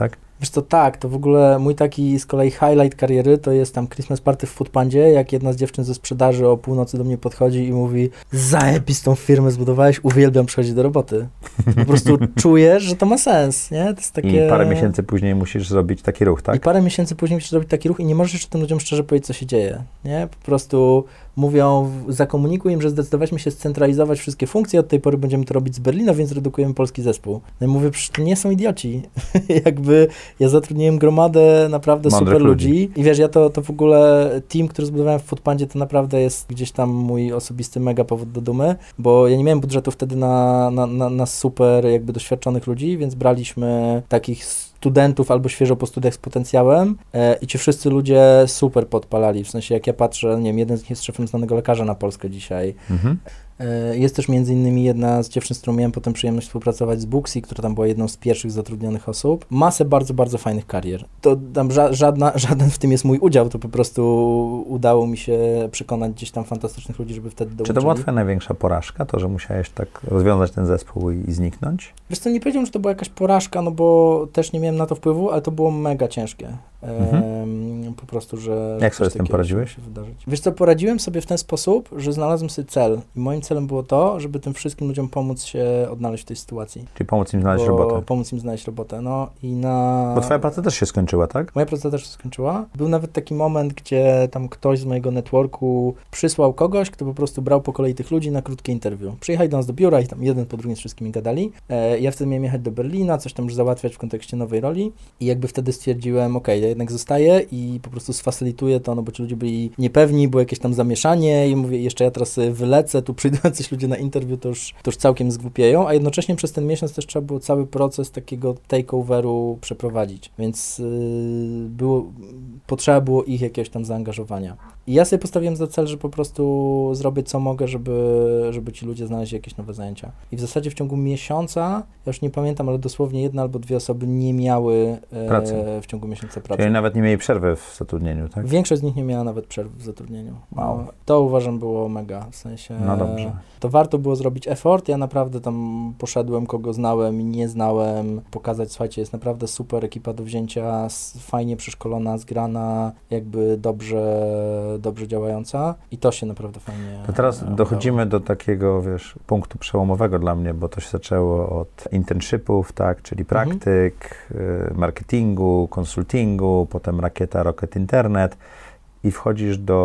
Wiesz co, tak, to w ogóle mój taki z kolei highlight kariery to jest tam Christmas party w Foodpandzie, jak jedna z dziewczyn ze sprzedaży o północy do mnie podchodzi i mówi: zajebistą firmę zbudowałeś, uwielbiam przychodzić do roboty. Po prostu czujesz, że to ma sens, nie? To jest takie... I parę miesięcy później musisz zrobić taki ruch, tak? I parę miesięcy później musisz zrobić taki ruch i nie możesz jeszcze tym ludziom szczerze powiedzieć, co się dzieje, nie? Po prostu mówią, zakomunikuj im, że zdecydowaliśmy się scentralizować wszystkie funkcje, od tej pory będziemy to robić z Berlina, więc redukujemy polski zespół. No i mówię, przecież to nie są idioci. Jakby ja zatrudniłem gromadę naprawdę Mądrych super ludzi. ludzi. I wiesz, ja to, to w ogóle team, który zbudowałem w Foodpandzie, to naprawdę jest gdzieś tam mój osobisty mega powód do dumy, bo ja nie miałem budżetu wtedy na, na, na, na super jakby doświadczonych ludzi, więc braliśmy takich studentów albo świeżo po studiach z potencjałem e, i ci wszyscy ludzie super podpalali, w sensie jak ja patrzę, nie wiem, jeden z nich jest szefem znanego lekarza na Polskę dzisiaj. Mhm. E, jest też między innymi jedna z dziewczyn, z którą miałem potem przyjemność współpracować z Booksy, która tam była jedną z pierwszych zatrudnionych osób. Masę bardzo, bardzo fajnych karier. To tam ża- żadna, żaden w tym jest mój udział, to po prostu udało mi się przekonać gdzieś tam fantastycznych ludzi, żeby wtedy dołączyli. Czy to była twoja największa porażka, to, że musiałeś tak rozwiązać ten zespół i, i zniknąć? Wiesz co, nie powiedziałem, że to była jakaś porażka, no bo też nie miałem na to wpływu, ale to było mega ciężkie. Mhm. Ehm, po prostu, że... Jak sobie z tym poradziłeś? Się wydarzyć. Wiesz co, poradziłem sobie w ten sposób, że znalazłem sobie cel i moim celem było to, żeby tym wszystkim ludziom pomóc się odnaleźć w tej sytuacji. Czyli pomóc im znaleźć bo, robotę. Pomóc im znaleźć robotę, no i na... Bo twoja praca też się skończyła, tak? Moja praca też się skończyła. Był nawet taki moment, gdzie tam ktoś z mojego networku przysłał kogoś, kto po prostu brał po kolei tych ludzi na krótkie interview. Przyjechali do nas do biura i tam jeden po drugim z wszystkimi gadali. E, ja wtedy miałem jechać do Berlina, coś tam już załatwiać w kontekście nowej roli i jakby wtedy stwierdziłem, okej, okay, ja jednak zostaję i po prostu sfacylituję to, no bo ci ludzie byli niepewni, było jakieś tam zamieszanie i mówię, jeszcze ja teraz wylecę, tu przyjdą jacyś ludzie na interview, to już, to już całkiem zgłupieją, a jednocześnie przez ten miesiąc też trzeba było cały proces takiego takeoveru przeprowadzić, więc yy, było, potrzeba było ich jakiegoś tam zaangażowania. I ja sobie postawiłem za cel, że po prostu zrobię co mogę, żeby, żeby ci ludzie znaleźli jakieś nowe zajęcia. I w zasadzie w ciągu miesiąca, ja już nie pamiętam, ale dosłownie jedna albo dwie osoby nie miały e, w ciągu miesiąca pracy. Czyli nawet nie mieli przerwy w zatrudnieniu, tak? Większość z nich nie miała nawet przerwy w zatrudnieniu. Wow. No, to uważam było mega, w sensie... No dobrze. To warto było zrobić effort, ja naprawdę tam poszedłem, kogo znałem i nie znałem, pokazać, słuchajcie, jest naprawdę super ekipa do wzięcia, fajnie przeszkolona, zgrana, jakby dobrze, dobrze działająca i to się naprawdę fajnie... To teraz udało. dochodzimy do takiego, wiesz, punktu przełomowego dla mnie, bo to się zaczęło od internshipów, tak, czyli praktyk, mhm. marketingu, konsultingu, potem rakieta Rocket Internet i wchodzisz do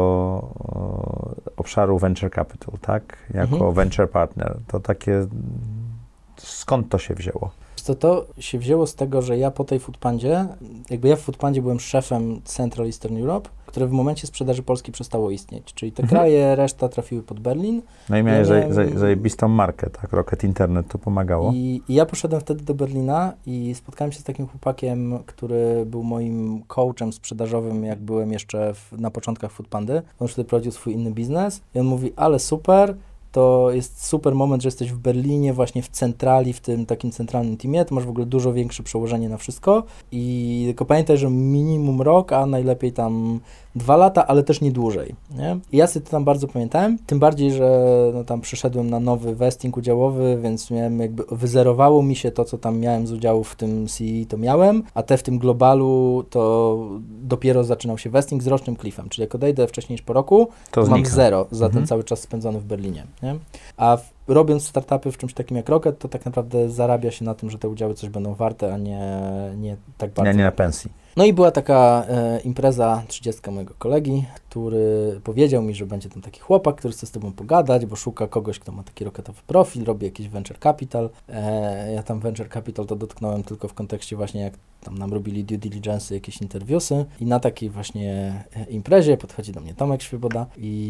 o, obszaru venture capital, tak, jako mhm. venture partner. To takie, skąd to się wzięło? To, to się wzięło z tego, że ja po tej Foodpandzie, jakby ja w Foodpandzie byłem szefem Central Eastern Europe, które w momencie sprzedaży Polski przestało istnieć. Czyli te mhm. kraje, reszta trafiły pod Berlin. No i miałeś ja miałem... zaj, zajebistą markę, tak? Rocket Internet to pomagało. I, I ja poszedłem wtedy do Berlina i spotkałem się z takim chłopakiem, który był moim coachem sprzedażowym, jak byłem jeszcze w, na początkach Foodpandy. On już wtedy prowadził swój inny biznes i on mówi, ale super, to jest super moment, że jesteś w Berlinie, właśnie w centrali, w tym takim centralnym teamie, to masz w ogóle dużo większe przełożenie na wszystko i tylko pamiętaj, że minimum rok, a najlepiej tam dwa lata, ale też nie dłużej, nie? I ja sobie to tam bardzo pamiętałem, tym bardziej, że no, tam przeszedłem na nowy vesting udziałowy, więc miałem jakby, wyzerowało mi się to, co tam miałem z udziału w tym C E, to miałem, a te w tym globalu to dopiero zaczynał się vesting z rocznym cliffem, czyli jak odejdę wcześniej niż po roku, to, to mam zero za mhm. ten cały czas spędzony w Berlinie, nie? A w, robiąc startupy w czymś takim jak Rocket, to tak naprawdę zarabia się na tym, że te udziały coś będą warte, a nie, nie tak bardzo. Nie, nie na pensji. No i była taka e, impreza trzydziestka mojego kolegi, który powiedział mi, że będzie tam taki chłopak, który chce z tobą pogadać, bo szuka kogoś, kto ma taki rocketowy profil, robi jakiś venture capital. E, ja tam venture capital to dotknąłem tylko w kontekście właśnie jak tam nam robili due diligence, jakieś interviewsy i na takiej właśnie imprezie podchodzi do mnie Tomek Świeboda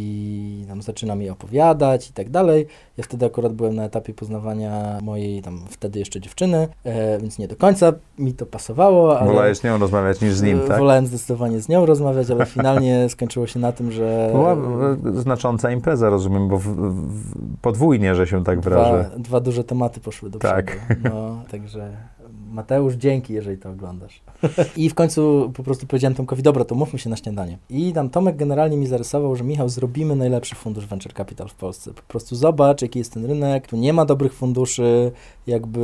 i tam zaczyna mi opowiadać i tak dalej. Ja wtedy akurat byłem na etapie poznawania mojej tam wtedy jeszcze dziewczyny, e, więc nie do końca mi to pasowało. Ale wolałeś z nią rozmawiać niż z nim, tak? Wolałem zdecydowanie z nią rozmawiać, ale finalnie skończyło się na tym, że... Była znacząca impreza, rozumiem, bo w, w, podwójnie, że się tak wyrażę. Dwa, dwa duże tematy poszły do tak. przodu. No, także Mateusz, dzięki, jeżeli to oglądasz. I w końcu po prostu powiedziałem Tomkowi, dobra, to mówmy się na śniadanie. I tam Tomek generalnie mi zarysował, że Michał, zrobimy najlepszy fundusz Venture Capital w Polsce. Po prostu zobacz, jaki jest ten rynek, tu nie ma dobrych funduszy, jakby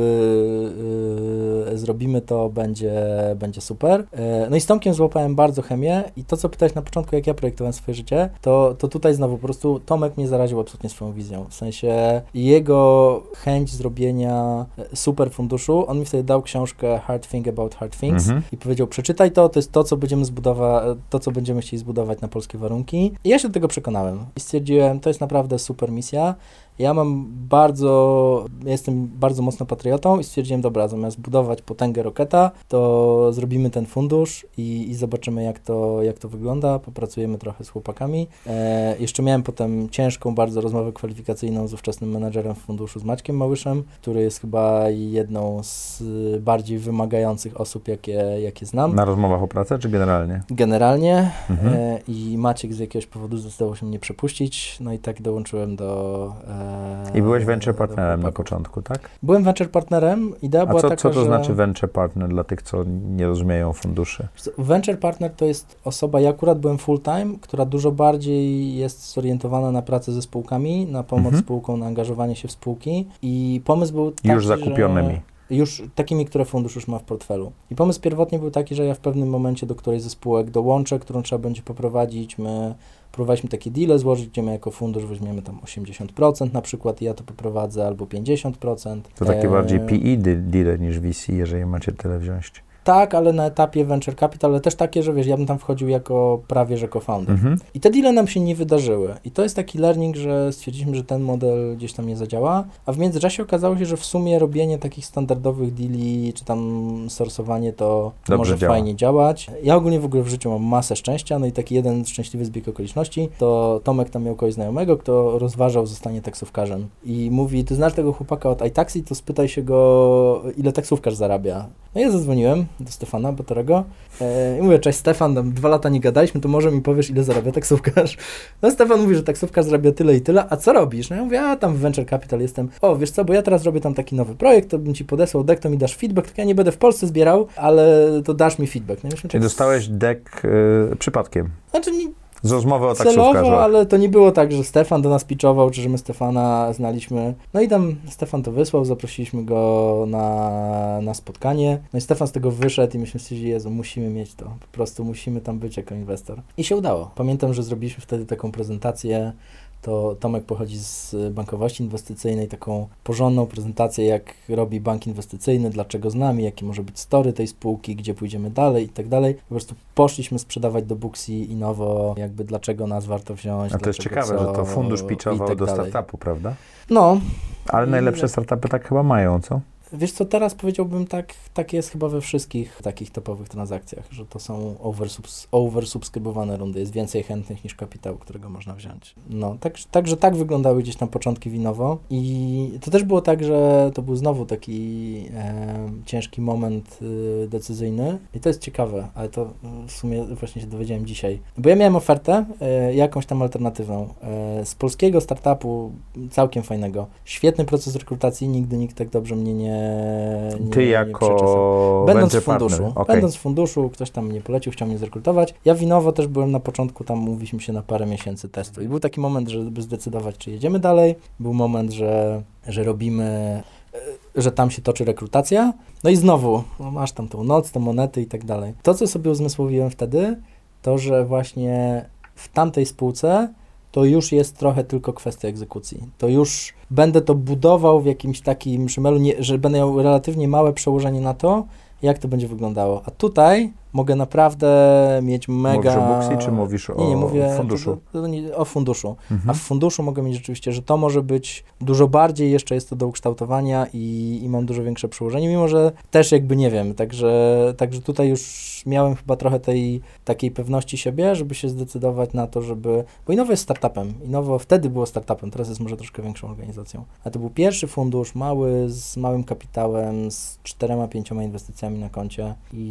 yy, zrobimy to, będzie, będzie super. Yy, no i z Tomkiem złapałem bardzo chemię i to, co pytałeś na początku, jak ja projektowałem swoje życie, to, to tutaj znowu po prostu Tomek mnie zaraził absolutnie swoją wizją. W sensie jego chęć zrobienia super funduszu, on mi wtedy dał książkę Hard Thing About Hard Things mhm. i powiedział, przeczytaj to, to jest to, co będziemy zbudować, to, co będziemy chcieli zbudować na polskie warunki. I ja się do tego przekonałem i stwierdziłem, to jest naprawdę super misja. Ja mam bardzo, ja jestem bardzo mocno patriotą i stwierdziłem, dobra, zamiast budować potęgę Rocketa, to zrobimy ten fundusz i, i zobaczymy, jak to, jak to wygląda, popracujemy trochę z chłopakami. E, jeszcze miałem potem ciężką bardzo rozmowę kwalifikacyjną z ówczesnym menadżerem funduszu, z Maćkiem Małyszem, który jest chyba jedną z bardziej wymagających osób, jakie, jakie znam. Na rozmowach o pracę, czy generalnie? Generalnie mhm. e, i Maciek z jakiegoś powodu zdecydował się mnie przepuścić, no i tak dołączyłem do e, I byłeś venture partnerem na początku, tak? Byłem venture partnerem. Idea A była co, taka, co to że... znaczy venture partner dla tych, co nie rozumieją funduszy? Venture partner to jest osoba, ja akurat byłem full time, która dużo bardziej jest zorientowana na pracę ze spółkami, na pomoc mhm. spółkom, na angażowanie się w spółki i pomysł był taki, już zakupionymi. Że... Już takimi, które fundusz już ma w portfelu. I pomysł pierwotnie był taki, że ja w pewnym momencie do którejś ze spółek dołączę, którą trzeba będzie poprowadzić. My próbowaliśmy takie deale złożyć, gdzie my jako fundusz weźmiemy tam osiemdziesiąt procent na przykład i ja to poprowadzę, albo pięćdziesiąt procent. To takie e... bardziej P E deale niż V C, jeżeli macie tyle wziąć. Tak, ale na etapie venture capital, ale też takie, że wiesz, ja bym tam wchodził jako prawie, że co-founder. Mhm. I te deale nam się nie wydarzyły. I to jest taki learning, że stwierdziliśmy, że ten model gdzieś tam nie zadziała, a w międzyczasie okazało się, że w sumie robienie takich standardowych deali, czy tam sorsowanie to, to może działa. Fajnie działać. Ja ogólnie w ogóle w życiu mam masę szczęścia, no i taki jeden szczęśliwy zbieg okoliczności, to Tomek tam miał kogoś znajomego, kto rozważał zostanie taksówkarzem. I mówi, ty znasz tego chłopaka od iTaxi, to spytaj się go, ile taksówkarz zarabia. No ja zadzwoniłem do Stefana Batorego e, i mówię, cześć Stefan, tam dwa lata nie gadaliśmy, to może mi powiesz, ile zarabia taksówkarz? No Stefan mówi, że taksówkarz zarabia tyle i tyle, a co robisz? No ja mówię, a tam w Venture Capital jestem, o wiesz co, bo ja teraz robię tam taki nowy projekt, to bym ci podesłał deck, to mi dasz feedback, tak ja nie będę w Polsce zbierał, ale to dasz mi feedback. No, Czyli dostałeś deck y, przypadkiem? Znaczy nie... Z rozmowy o celowo, taksówkarzach. Ale to nie było tak, że Stefan do nas pitchował, czy że my Stefana znaliśmy. No i tam Stefan to wysłał, zaprosiliśmy go na, na spotkanie. No i Stefan z tego wyszedł i myśmy stwierdzili, Jezu, musimy mieć to. Po prostu musimy tam być jako inwestor. I się udało. Pamiętam, że zrobiliśmy wtedy taką prezentację. To Tomek pochodzi z bankowości inwestycyjnej, taką porządną prezentację, jak robi bank inwestycyjny, dlaczego z nami, jaki może być story tej spółki, gdzie pójdziemy dalej i tak dalej. Po prostu poszliśmy sprzedawać do Booksy i nowo, jakby dlaczego nas warto wziąć. A to jest ciekawe, co, że to fundusz pitchował tak do startupu, prawda? No. Ale najlepsze startupy tak chyba mają, co? Wiesz co, teraz powiedziałbym tak, tak jest chyba we wszystkich takich topowych transakcjach, że to są oversubs, oversubskrybowane rundy, jest więcej chętnych niż kapitału, którego można wziąć. No, tak, także tak wyglądały gdzieś tam początki Winowo i to też było tak, że to był znowu taki e, ciężki moment y, decyzyjny i to jest ciekawe, ale to w sumie właśnie się dowiedziałem dzisiaj, bo ja miałem ofertę e, jakąś tam alternatywną e, z polskiego startupu, całkiem fajnego, świetny proces rekrutacji, nigdy nikt tak dobrze mnie nie Nie, Ty nie, jako nie Będąc w funduszu, okay. Będąc w funduszu, ktoś tam mnie polecił, chciał mnie zrekrutować. Ja Winowo też byłem na początku, tam mówiliśmy się na parę miesięcy testu i był taki moment, żeby zdecydować, czy jedziemy dalej. Był moment, że, że robimy, że tam się toczy rekrutacja. No i znowu, no masz tam tą noc, te monety i tak dalej. To, co sobie uzmysłowiłem wtedy, to, że właśnie w tamtej spółce to już jest trochę tylko kwestia egzekucji. To już będę to budował w jakimś takim szymelu, nie, że będę miał relatywnie małe przełożenie na to, jak to będzie wyglądało. A tutaj mogę naprawdę mieć mega... Mówisz o Booksy, czy mówisz o nie, nie, mówię, funduszu? To, to nie, o funduszu. Mhm. A w funduszu mogę mieć rzeczywiście, że to może być dużo bardziej, jeszcze jest to do ukształtowania i, i mam dużo większe przełożenie, mimo że też jakby nie wiem. Także, także tutaj już miałem chyba trochę tej takiej pewności siebie, żeby się zdecydować na to, żeby... Bo Innowo jest startupem. Innowo wtedy było startupem, teraz jest może troszkę większą organizacją. A to był pierwszy fundusz, mały, z małym kapitałem, z czterema, pięcioma inwestycjami na koncie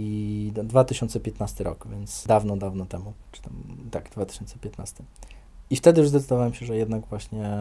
i dwa tysiące piętnasty rok, więc dawno, dawno temu, czy tam, tak, dwa tysiące piętnasty. I wtedy już zdecydowałem się, że jednak właśnie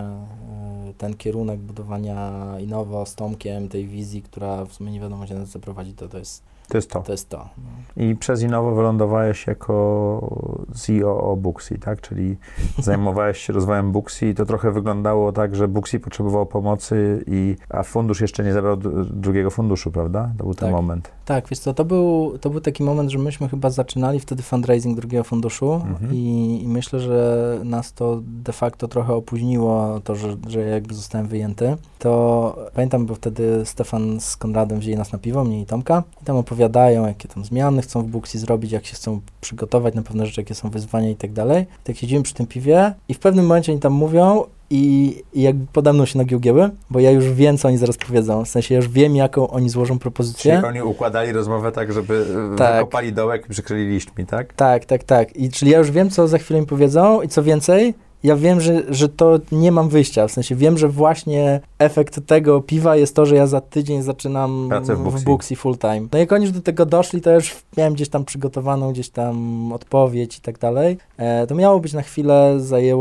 ten kierunek budowania Innovo z Tomkiem, tej wizji, która w sumie nie wiadomo, gdzie nas zaprowadzi, to, to jest To jest to. To jest to. No. I przez Innovo wylądowałeś jako C E O Booksy, tak? Czyli zajmowałeś się rozwojem Booksy i to trochę wyglądało tak, że Booksy potrzebował pomocy, i, a fundusz jeszcze nie zabrał d- drugiego funduszu, prawda? To był ten tak. moment. Tak, wiesz co, to był, to był taki moment, że myśmy chyba zaczynali wtedy fundraising drugiego funduszu mhm. i, i myślę, że nas to de facto trochę opóźniło, to, że, że jakby zostałem wyjęty. To pamiętam, bo wtedy Stefan z Konradem wzięli nas na piwo, mnie i Tomka, i tam opowiadają, jakie tam zmiany chcą w Booksy zrobić, jak się chcą przygotować na pewne rzeczy, jakie są wyzwania i tak dalej. Tak siedzimy przy tym piwie i w pewnym momencie oni tam mówią i, i jakby pode mną się nogi ugięły, bo ja już wiem, co oni zaraz powiedzą. W sensie ja już wiem, jaką oni złożą propozycję. Czyli oni układali rozmowę tak, żeby tak. wykopali dołek i przykryli liśćmi, tak? Tak, tak, tak. I czyli ja już wiem, co za chwilę mi powiedzą i co więcej, ja wiem, że, że to nie mam wyjścia, w sensie wiem, że właśnie efekt tego piwa jest to, że ja za tydzień zaczynam pracę w Booksy, w Booksy full time. No i jak oni już do tego doszli, to już miałem gdzieś tam przygotowaną gdzieś tam odpowiedź i tak dalej. E, to miało być na chwilę,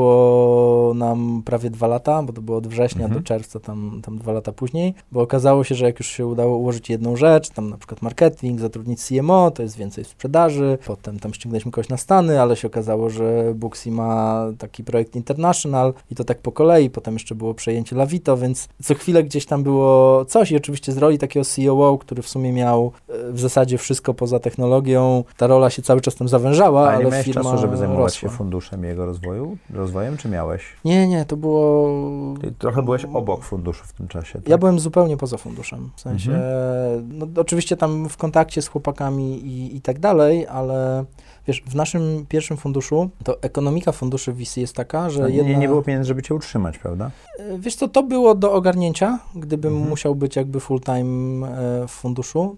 zajęło nam prawie dwa lata, bo to było od września mhm. do czerwca, tam, tam dwa lata później, bo okazało się, że jak już się udało ułożyć jedną rzecz, tam na przykład marketing, zatrudnić C M O, to jest więcej sprzedaży, potem tam ściągnęliśmy kogoś na Stany, ale się okazało, że Booksy ma taki projekt International i to tak po kolei, potem jeszcze było przejęcie Lavito, więc co chwilę gdzieś tam było coś i oczywiście z roli takiego C O O, który w sumie miał w zasadzie wszystko poza technologią, ta rola się cały czas tam zawężała, ale, ale nie miałeś firma czasu, żeby zajmować rosła. się funduszem i jego rozwoju, rozwojem, czy miałeś? Nie, nie, to było... Ty trochę byłeś obok funduszu w tym czasie, tak? Ja byłem zupełnie poza funduszem, w sensie, mhm. no oczywiście tam w kontakcie z chłopakami i, i tak dalej, ale wiesz, w naszym pierwszym funduszu, to ekonomika funduszy V C jest taka, że... No, jedna... nie, nie było pieniędzy, żeby cię utrzymać, prawda? Wiesz co, to było do ogarnięcia, gdybym mhm. musiał być jakby full time w funduszu,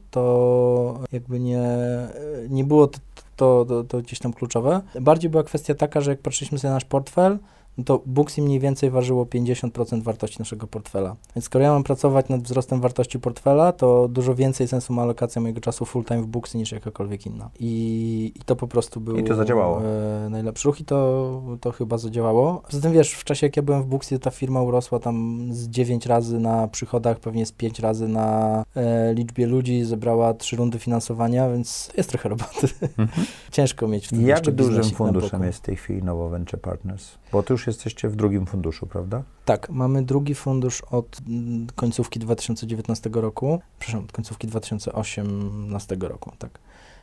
to jakby nie, nie było to, to, to, to gdzieś tam kluczowe. Bardziej była kwestia taka, że jak patrzyliśmy sobie na nasz portfel, no to Booksy mniej więcej ważyło pięćdziesiąt procent wartości naszego portfela. Więc skoro ja mam pracować nad wzrostem wartości portfela, to dużo więcej sensu ma alokacja mojego czasu full time w Booksy niż jakakolwiek inna. I, i to po prostu był I to zadziałało. E, najlepszy ruch i to, to chyba zadziałało. Poza tym wiesz, w czasie jak ja byłem w Booksy, to ta firma urosła tam z dziewięć razy na przychodach, pewnie z pięć razy na e, liczbie ludzi, zebrała trzy rundy finansowania, więc jest trochę roboty. Mhm. Ciężko mieć w tym Jak dużym biznesik funduszem jest w tej chwili Innovo Venture Partners? Bo to już jesteście w drugim funduszu, prawda? Tak, mamy drugi fundusz od końcówki dwa tysiące dziewiętnastego roku, przepraszam, od końcówki dwa tysiące osiemnastego roku, tak.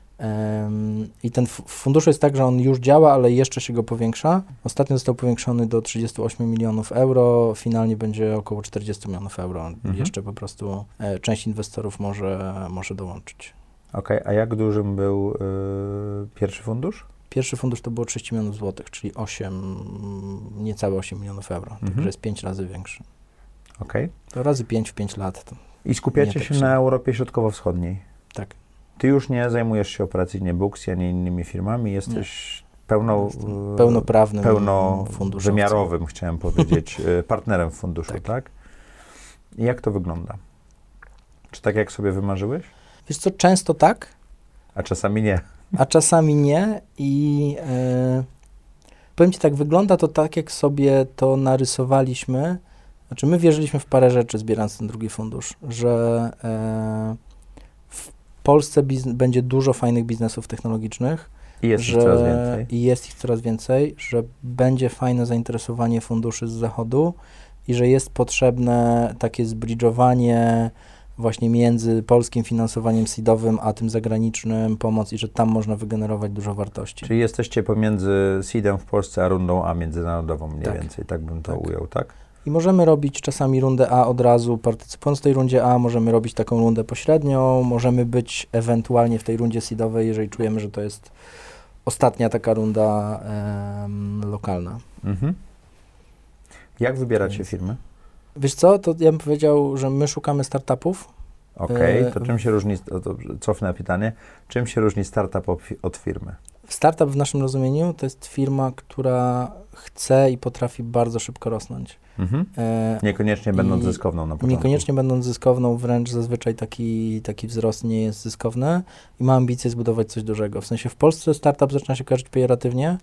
Um, I ten f- fundusz jest tak, że on już działa, ale jeszcze się go powiększa. Ostatnio został powiększony do trzydzieści osiem milionów euro, finalnie będzie około czterdzieści milionów euro. Mhm. Jeszcze po prostu e, część inwestorów może, może dołączyć. Okej, okay, a jak dużym był y, pierwszy fundusz? Pierwszy fundusz to było trzydzieści milionów złotych, czyli osiem, niecałe osiem milionów euro, mhm. także jest pięć razy większy. Okej. Okay. To razy pięć w pięć lat. To I skupiacie się na Europie Środkowo-Wschodniej. Tak. Ty już nie zajmujesz się operacyjnie Booksy ani innymi firmami, jesteś pełno, pełnoprawnym pełnowymiarowym, chciałem powiedzieć, partnerem w funduszu, tak? tak? I jak to wygląda? Czy tak jak sobie wymarzyłeś? Wiesz co, często tak. A czasami nie. A czasami nie i e, powiem Ci tak, wygląda to tak, jak sobie to narysowaliśmy. Znaczy my wierzyliśmy w parę rzeczy, zbierając ten drugi fundusz, że e, w Polsce bizn- będzie dużo fajnych biznesów technologicznych. I jest że, ich coraz więcej. I jest ich coraz więcej, że będzie fajne zainteresowanie funduszy z zachodu i że jest potrzebne takie zbridżowanie właśnie między polskim finansowaniem seedowym, a tym zagranicznym pomoc i że tam można wygenerować dużo wartości. Czyli jesteście pomiędzy seedem w Polsce, a rundą A międzynarodową mniej tak. więcej, tak bym to tak. ujął, tak? I możemy robić czasami rundę A od razu, partycypując w tej rundzie A, możemy robić taką rundę pośrednią, możemy być ewentualnie w tej rundzie seedowej, jeżeli czujemy, że to jest ostatnia taka runda em, lokalna. Mhm. Jak wybieracie Więc. firmy? Wiesz co, to ja bym powiedział, że my szukamy startupów. Okej, okay, to czym się różni, to, to cofnę pytanie, czym się różni startup od firmy? Startup w naszym rozumieniu to jest firma, która chce i potrafi bardzo szybko rosnąć. Mhm. E, niekoniecznie będąc zyskowną na początku. Niekoniecznie będąc zyskowną, wręcz zazwyczaj taki, taki wzrost nie jest zyskowny i ma ambicje zbudować coś dużego. W sensie w Polsce startup zaczyna się kojarzyć pejoratywnie,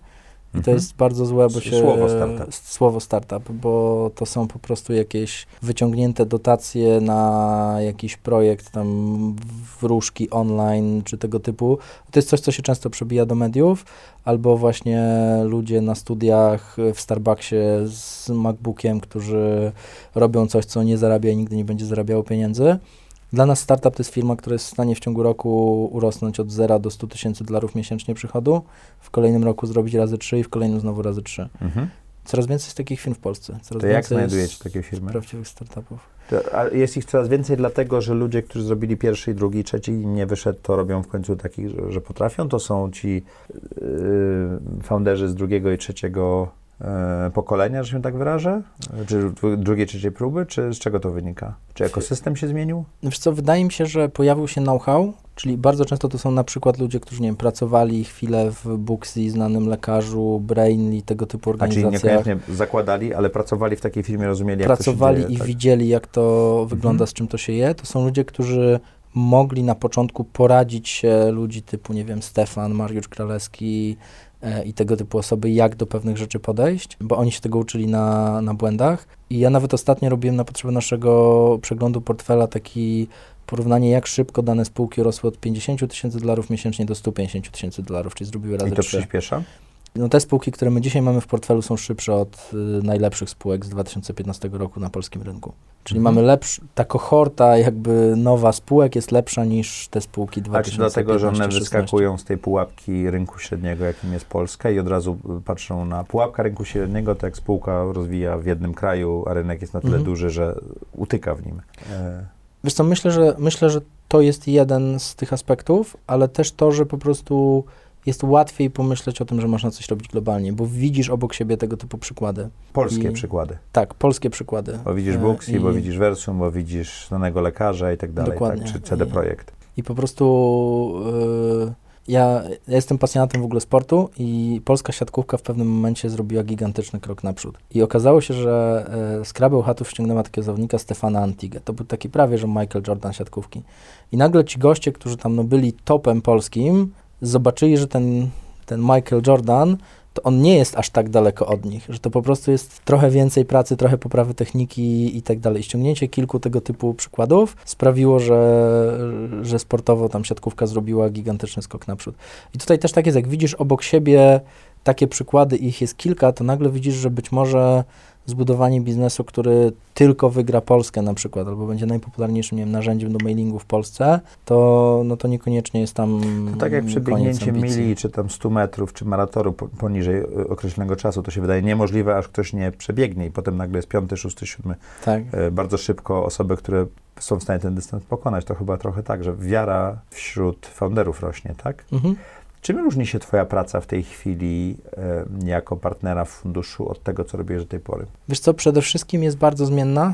I to jest bardzo złe, bo się... Słowo startup. Słowo startup, bo to są po prostu jakieś wyciągnięte dotacje na jakiś projekt, tam wróżki online, czy tego typu. To jest coś, co się często przebija do mediów, albo właśnie ludzie na studiach w Starbucksie z MacBookiem, którzy robią coś, co nie zarabia i nigdy nie będzie zarabiało pieniędzy. Dla nas startup to jest firma, która jest w stanie w ciągu roku urosnąć od zera do stu tysięcy dolarów miesięcznie przychodu, w kolejnym roku zrobić razy trzy i w kolejnym znowu razy trzy. Mhm. Coraz więcej jest takich firm w Polsce. Coraz to więcej jak znajdujecie takie firmy? Prawdziwych startupów. To, a jest ich coraz więcej dlatego, że ludzie, którzy zrobili pierwszy, drugi, trzeci i nie wyszedł, to robią w końcu takich, że, że potrafią? To są ci yy, founderzy z drugiego i trzeciego yy, pokolenia, że się tak wyrażę? Czy drugiej, trzeciej próby? Czy z czego to wynika? Czy ekosystem się zmienił? Wiesz co, wydaje mi się, że pojawił się know-how, czyli bardzo często to są na przykład ludzie, którzy, nie wiem, pracowali chwilę w Booksy, znanym lekarzu, Brainly, tego typu organizacjach. A czyli niekoniecznie zakładali, ale pracowali w takiej firmie, rozumieli, jak Pracowali to się dzieje, i tak? widzieli, jak to wygląda, mhm. z czym to się je. To są ludzie, którzy mogli na początku poradzić się, ludzi typu, nie wiem, Stefan, Mariusz Kralewski e, i tego typu osoby, jak do pewnych rzeczy podejść, bo oni się tego uczyli na, na błędach. I ja nawet ostatnio robiłem na potrzeby naszego przeglądu portfela taki porównanie, jak szybko dane spółki rosły od pięćdziesięciu tysięcy dolarów miesięcznie do stu pięćdziesięciu tysięcy dolarów, czyli zrobiły razy I to trzy. przyspiesza? No te spółki, które my dzisiaj mamy w portfelu, są szybsze od y, najlepszych spółek z dwa tysiące piętnastego roku na polskim rynku. Czyli mhm. mamy lepszy, ta kohorta jakby nowa spółek jest lepsza niż te spółki dwa tysiące piętnaście. A czy dlatego, że one szesnaście? wyskakują z tej pułapki rynku średniego, jakim jest Polska i od razu patrzą na pułapkę rynku średniego, to jak spółka rozwija w jednym kraju, a rynek jest na tyle mhm. duży, że utyka w nim. E... Wiesz co, myślę, że myślę, że to jest jeden z tych aspektów, ale też to, że po prostu jest łatwiej pomyśleć o tym, że można coś robić globalnie, bo widzisz obok siebie tego typu przykłady. Polskie I, przykłady. Tak, polskie przykłady. Bo widzisz Booksy, I, bo widzisz Versum, bo widzisz znanego lekarza i tak dalej, dokładnie. Tak, czy C D Projekt. I, i po prostu yy, ja, ja jestem pasjonatem w ogóle sportu i polska siatkówka w pewnym momencie zrobiła gigantyczny krok naprzód. I okazało się, że yy, Scrabble Hatów ściągnęła takiego zawodnika Stefana Antigę. To był taki prawie, że Michael Jordan siatkówki. I nagle ci goście, którzy tam no, byli topem polskim, zobaczyli, że ten, ten Michael Jordan, to on nie jest aż tak daleko od nich, że to po prostu jest trochę więcej pracy, trochę poprawy techniki i tak dalej. Ściągnięcie kilku tego typu przykładów sprawiło, że, że sportowo tam siatkówka zrobiła gigantyczny skok naprzód. I tutaj też tak jest, jak widzisz obok siebie takie przykłady i ich jest kilka, to nagle widzisz, że być może zbudowanie biznesu, który tylko wygra Polskę na przykład, albo będzie najpopularniejszym, nie wiem, narzędziem do mailingu w Polsce, to, no to niekoniecznie jest tam to tak jak przebiegnięcie mili, czy tam stu metrów, czy maratonu poniżej określonego czasu, to się wydaje niemożliwe, aż ktoś nie przebiegnie i potem nagle jest piąty, szósty, siódmy. Tak. Bardzo szybko osoby, które są w stanie ten dystans pokonać, to chyba trochę tak, że wiara wśród founderów rośnie, tak? Mhm. Czym różni się twoja praca w tej chwili e, jako partnera w funduszu od tego, co robisz do tej pory? Wiesz co, przede wszystkim jest bardzo zmienna,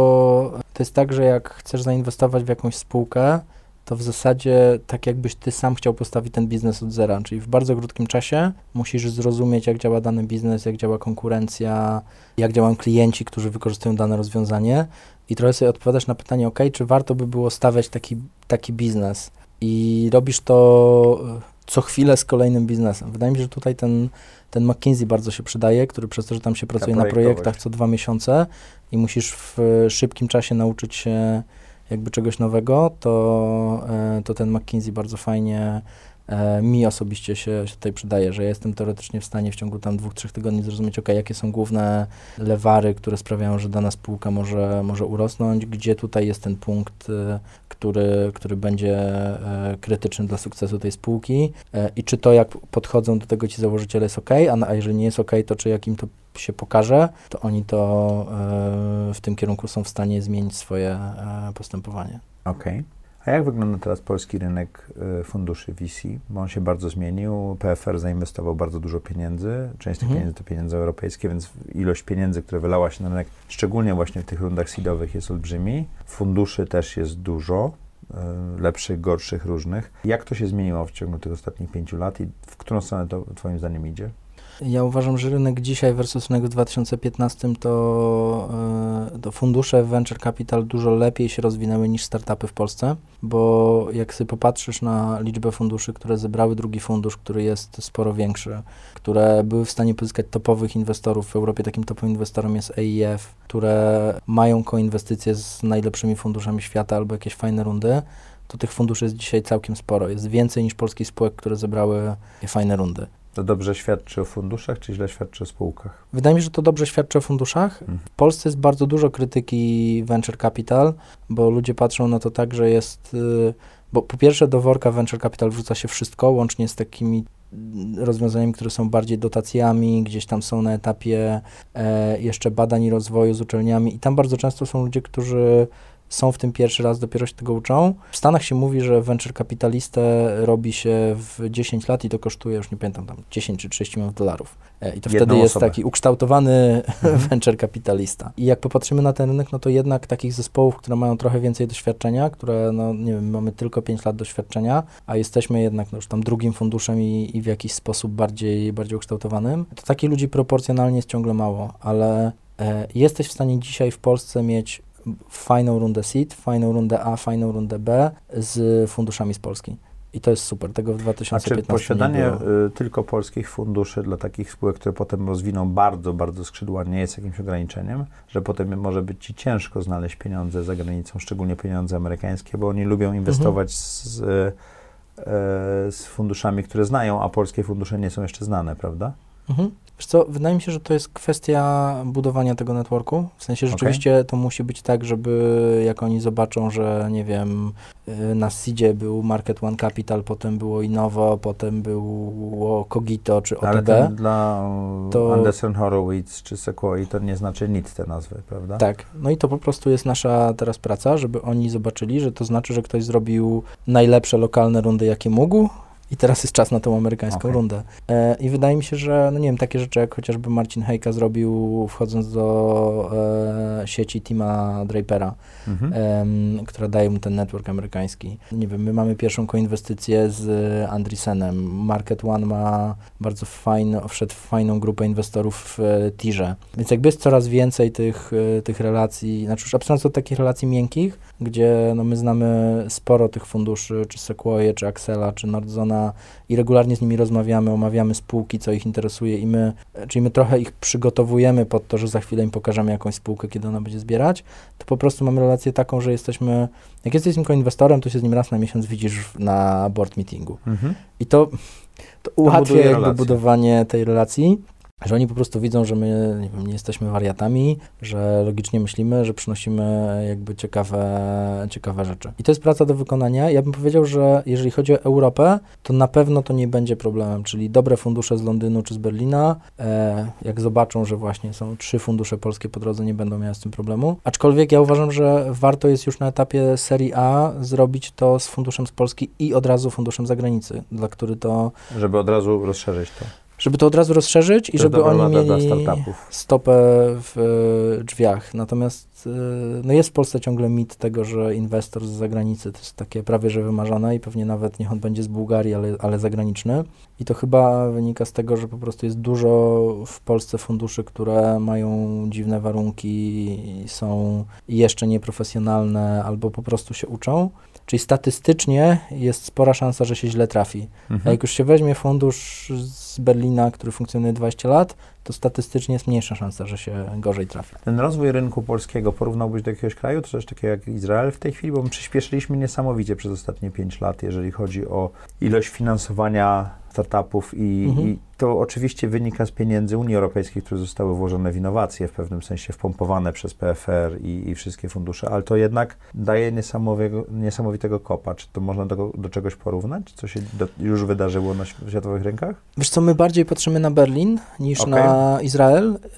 bo to jest tak, że jak chcesz zainwestować w jakąś spółkę, to w zasadzie tak jakbyś ty sam chciał postawić ten biznes od zera, czyli w bardzo krótkim czasie musisz zrozumieć, jak działa dany biznes, jak działa konkurencja, jak działają klienci, którzy wykorzystują dane rozwiązanie i trochę sobie odpowiadasz na pytanie, ok, czy warto by było stawiać taki, taki biznes i robisz to co chwilę z kolejnym biznesem. Wydaje mi się, że tutaj ten, ten McKinsey bardzo się przydaje, który przez to, że tam się pracuje na projektach co dwa miesiące i musisz w szybkim czasie nauczyć się jakby czegoś nowego, to, to ten McKinsey bardzo fajnie mi osobiście się, się tutaj przydaje, że ja jestem teoretycznie w stanie w ciągu tam dwóch, trzech tygodni zrozumieć, ok, jakie są główne lewary, które sprawiają, że dana spółka może, może urosnąć, gdzie tutaj jest ten punkt, który, który będzie krytyczny dla sukcesu tej spółki i czy to, jak podchodzą do tego ci założyciele, jest ok, a, a jeżeli nie jest ok, to czy jak im to się pokaże, to oni to w tym kierunku są w stanie zmienić swoje postępowanie. Okej. Okay. A jak wygląda teraz polski rynek funduszy V C? Bo on się bardzo zmienił. P F R zainwestował bardzo dużo pieniędzy. Część tych mhm. pieniędzy to pieniądze europejskie, więc ilość pieniędzy, które wylała się na rynek, szczególnie właśnie w tych rundach seedowych, jest olbrzymi. Funduszy też jest dużo, lepszych, gorszych, różnych. Jak to się zmieniło w ciągu tych ostatnich pięciu lat i w którą stronę to twoim zdaniem idzie? Ja uważam, że rynek dzisiaj versus rynek w dwa tysiące piętnastym to, yy, to fundusze venture capital dużo lepiej się rozwinęły niż startupy w Polsce, bo jak sobie popatrzysz na liczbę funduszy, które zebrały drugi fundusz, który jest sporo większy, które były w stanie pozyskać topowych inwestorów w Europie, takim topowym inwestorem jest A I F, które mają koinwestycje z najlepszymi funduszami świata albo jakieś fajne rundy, to tych funduszy jest dzisiaj całkiem sporo. Jest więcej niż polskich spółek, które zebrały fajne rundy. To dobrze świadczy o funduszach, czy źle świadczy o spółkach? Wydaje mi się, że to dobrze świadczy o funduszach. Mhm. W Polsce jest bardzo dużo krytyki venture capital, bo ludzie patrzą na to tak, że jest... Bo po pierwsze do worka venture capital wrzuca się wszystko, łącznie z takimi rozwiązaniami, które są bardziej dotacjami, gdzieś tam są na etapie e, jeszcze badań i rozwoju z uczelniami i tam bardzo często są ludzie, którzy są w tym pierwszy raz, dopiero się tego uczą. W Stanach się mówi, że venture kapitalistę robi się w dziesięć lat i to kosztuje, już nie pamiętam, tam dziesięć czy trzydzieści milionów dolarów. E, I to Jedną wtedy jest osobę. Taki ukształtowany mhm. venture kapitalista. I jak popatrzymy na ten rynek, no to jednak takich zespołów, które mają trochę więcej doświadczenia, które, no nie wiem, mamy tylko pięć lat doświadczenia, a jesteśmy jednak no, już tam drugim funduszem i, i w jakiś sposób bardziej, bardziej ukształtowanym, to takich ludzi proporcjonalnie jest ciągle mało, ale e, jesteś w stanie dzisiaj w Polsce mieć fajną rundę seed, fajną rundę A, fajną rundę B z funduszami z Polski. I to jest super. Tego w dwa tysiące piętnastym A czy posiadanie y, tylko polskich funduszy dla takich spółek, które potem rozwiną bardzo, bardzo skrzydła, nie jest jakimś ograniczeniem, że potem może być ci ciężko znaleźć pieniądze za granicą, szczególnie pieniądze amerykańskie, bo oni lubią inwestować mhm. z, y, y, z funduszami, które znają, a polskie fundusze nie są jeszcze znane, prawda? Mhm. Wiesz co, wydaje mi się, że to jest kwestia budowania tego networku. W sensie rzeczywiście okay. to musi być tak, żeby jak oni zobaczą, że nie wiem, na seedzie był Market One Capital, potem było Innovo, potem było Cogito czy O T B. Ale dla to Andreessen Horowitz czy Sequoia to nie znaczy nic te nazwy, prawda? Tak. No i to po prostu jest nasza teraz praca, żeby oni zobaczyli, że to znaczy, że ktoś zrobił najlepsze lokalne rundy, jakie mógł. I teraz jest czas na tą amerykańską okay. rundę. E, I wydaje mi się, że, no nie wiem, takie rzeczy jak chociażby Marcin Hejka zrobił, wchodząc do e, sieci Tima Drapera, mhm. e, która daje mu ten network amerykański. Nie wiem, my mamy pierwszą koinwestycję z Andreessenem. Market One ma bardzo fajną, wszedł w fajną grupę inwestorów w e, tirze. Więc jakby jest coraz więcej tych, e, tych relacji, znaczy już abstrahując od takich relacji miękkich, gdzie no, my znamy sporo tych funduszy, czy Sequoia, czy Axela, czy Nordzona, i regularnie z nimi rozmawiamy, omawiamy spółki, co ich interesuje i my, czyli my trochę ich przygotowujemy pod to, że za chwilę im pokażemy jakąś spółkę, kiedy ona będzie zbierać, to po prostu mamy relację taką, że jesteśmy, jak jesteś z nim inwestorem, to się z nim raz na miesiąc widzisz na board meetingu. Mhm. I to, to ułatwia jakby relacje. budowanie tej relacji. Że oni po prostu widzą, że my nie, wiem, nie jesteśmy wariatami, że logicznie myślimy, że przynosimy jakby ciekawe, ciekawe rzeczy. I to jest praca do wykonania. Ja bym powiedział, że jeżeli chodzi o Europę, to na pewno to nie będzie problemem, czyli dobre fundusze z Londynu czy z Berlina, e, jak zobaczą, że właśnie są trzy fundusze polskie po drodze, nie będą miały z tym problemu. Aczkolwiek ja uważam, że warto jest już na etapie serii A zrobić to z funduszem z Polski i od razu funduszem z zagranicy, dla który to... Żeby od razu rozszerzyć to. Żeby to od razu rozszerzyć i żeby oni mieli stopę w e, drzwiach. Natomiast e, no jest w Polsce ciągle mit tego, że inwestor z zagranicy to jest takie prawie że wymarzone i pewnie nawet niech on będzie z Bułgarii, ale, ale zagraniczny. I to chyba wynika z tego, że po prostu jest dużo w Polsce funduszy, które mają dziwne warunki, są jeszcze nieprofesjonalne albo po prostu się uczą. Czyli statystycznie jest spora szansa, że się źle trafi. Mhm. A jak już się weźmie fundusz z Berlina, który funkcjonuje dwadzieścia lat, to statystycznie jest mniejsza szansa, że się gorzej trafi. Ten rozwój rynku polskiego porównałbyś do jakiegoś kraju, to coś takiego jak Izrael w tej chwili, bo my przyspieszyliśmy niesamowicie przez ostatnie pięć lat, jeżeli chodzi o ilość finansowania startupów i, mhm. i to oczywiście wynika z pieniędzy Unii Europejskiej, które zostały włożone w innowacje, w pewnym sensie wpompowane przez P F R i, i wszystkie fundusze, ale to jednak daje niesamowitego, niesamowitego kopa. Czy to można do, do czegoś porównać? Co się do, już wydarzyło na światowych rynkach? Wiesz co, my bardziej patrzymy na Berlin niż okay. na Izrael y,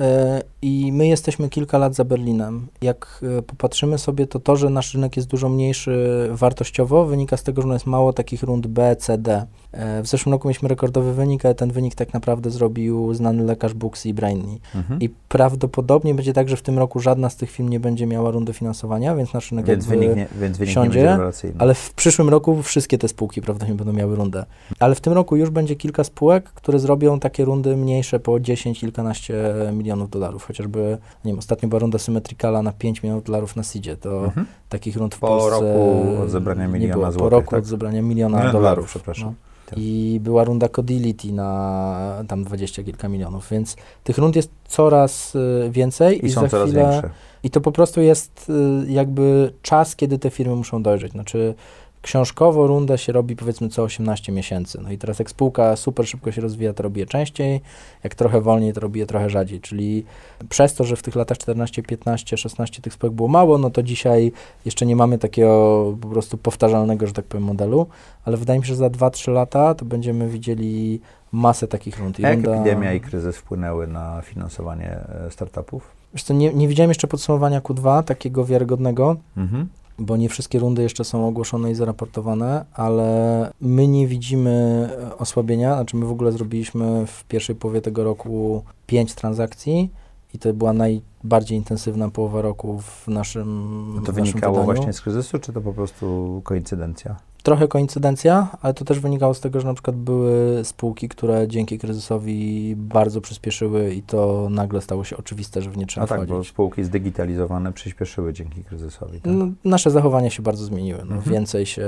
i my jesteśmy kilka lat za Berlinem. Jak y, popatrzymy sobie, to to, że nasz rynek jest dużo mniejszy wartościowo, wynika z tego, że jest mało takich rund B, C, D. Y, w zeszłym roku mieliśmy rekordowy wynik, ale ten wynik tak tak naprawdę zrobił znany lekarz Booksy i Brainly. Mhm. I prawdopodobnie będzie tak, że w tym roku żadna z tych firm nie będzie miała rundy finansowania, więc nasz rynek Więc wynik nie, więc wynik nie będzie rewelacyjny. ale w przyszłym roku wszystkie te spółki prawdopodobnie będą miały rundę. Ale w tym roku już będzie kilka spółek, które zrobią takie rundy mniejsze po dziesięć, kilkanaście milionów dolarów. Chociażby, nie wiem, ostatnio była runda Symmetricala na pięć milionów dolarów na seedzie. To Mhm. takich rund w Po Polsce roku od zebrania nie miliona było. złotych, Po roku tak? od zebrania miliona Milion dolarów. dolarów, przepraszam. No. Tak. I była runda Codility na tam dwadzieścia kilka milionów, więc tych rund jest coraz y, więcej. I, I są za coraz chwilę, większe. I to po prostu jest y, jakby czas, kiedy te firmy muszą dojrzeć. Znaczy książkowo rundę się robi powiedzmy co osiemnaście miesięcy. No i teraz jak spółka super szybko się rozwija, to robi je częściej, jak trochę wolniej, to robi je trochę rzadziej. Czyli przez to, że w tych latach czternaście, piętnaście, szesnaście tych spółek było mało, no to dzisiaj jeszcze nie mamy takiego po prostu powtarzalnego, że tak powiem, modelu, ale wydaje mi się, że za dwa trzy lata to będziemy widzieli masę takich rund. I Jak runda... epidemia i kryzys wpłynęły na finansowanie e, startupów? Wiesz co, nie, nie widziałem jeszcze podsumowania Q dwa, takiego wiarygodnego, Mhm. bo nie wszystkie rundy jeszcze są ogłoszone i zaraportowane, ale my nie widzimy osłabienia, znaczy my w ogóle zrobiliśmy w pierwszej połowie tego roku pięć transakcji i to była najbardziej intensywna połowa roku w naszym No to w naszym wynikało wydaniu. właśnie z kryzysu, czy to po prostu koincydencja? Trochę koincydencja, ale to też wynikało z tego, że na przykład były spółki, które dzięki kryzysowi bardzo przyspieszyły i to nagle stało się oczywiste, że w nie trzeba A tak, wchodzić. bo spółki zdigitalizowane przyspieszyły dzięki kryzysowi. Tak? No, nasze zachowania się bardzo zmieniły. No, Mhm. Więcej się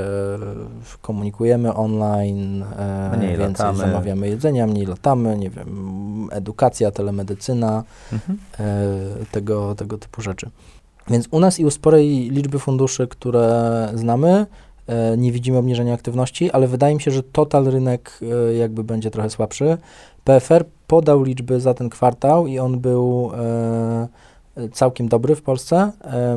komunikujemy online, e, Mniej więcej latamy. zamawiamy jedzenia, mniej latamy, nie wiem, edukacja, telemedycyna, Mhm. e, tego, tego typu rzeczy. Więc u nas i u sporej liczby funduszy, które znamy, e, nie widzimy obniżenia aktywności, ale wydaje mi się, że total rynek e, jakby będzie trochę słabszy. P F R podał liczby za ten kwartał i on był e, całkiem dobry w Polsce,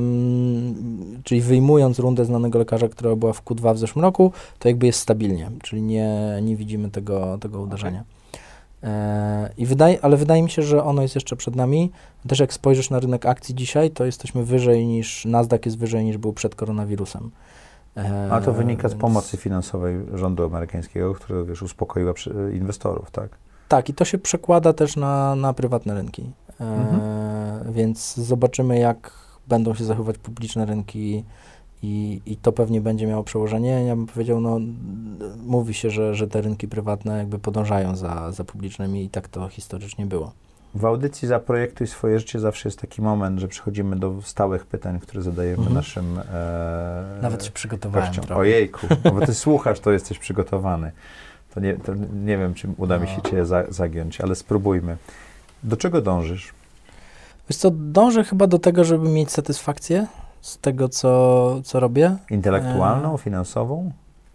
em, czyli wyjmując rundę znanego lekarza, która była w Q dwa w zeszłym roku, to jakby jest stabilnie, czyli nie, nie widzimy tego, tego uderzenia. E, i wydaje, ale wydaje mi się, że ono jest jeszcze przed nami. Też jak spojrzysz na rynek akcji dzisiaj, to jesteśmy wyżej niż, Nasdaq jest wyżej niż był przed koronawirusem. E, A to wynika z więc- pomocy finansowej rządu amerykańskiego, który, wiesz, uspokoiła przy, inwestorów, tak? Tak, i to się przekłada też na, na prywatne rynki. E, Mhm. Więc zobaczymy, jak będą się zachowywać publiczne rynki i, i to pewnie będzie miało przełożenie. Ja bym powiedział, no mówi się, że, że te rynki prywatne jakby podążają za, za publicznymi i tak to historycznie było. W audycji Zaprojektuj swoje życie zawsze jest taki moment, że przechodzimy do stałych pytań, które zadajemy Mhm. naszym e, Nawet się przygotowałem gościom. trochę. Ojejku, no bo ty słuchasz, to jesteś przygotowany. To nie, to nie wiem, czy uda mi się No. cię za, zagiąć, ale spróbujmy. Do czego dążysz? Wiesz co, dążę chyba do tego, żeby mieć satysfakcję z tego, co, co robię. Intelektualną, E, finansową?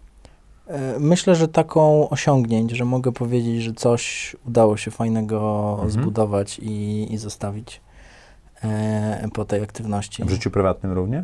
E, Myślę, że taką osiągnięć, że mogę powiedzieć, że coś udało się fajnego Mhm. zbudować i, i zostawić e, po tej aktywności. W życiu prywatnym również?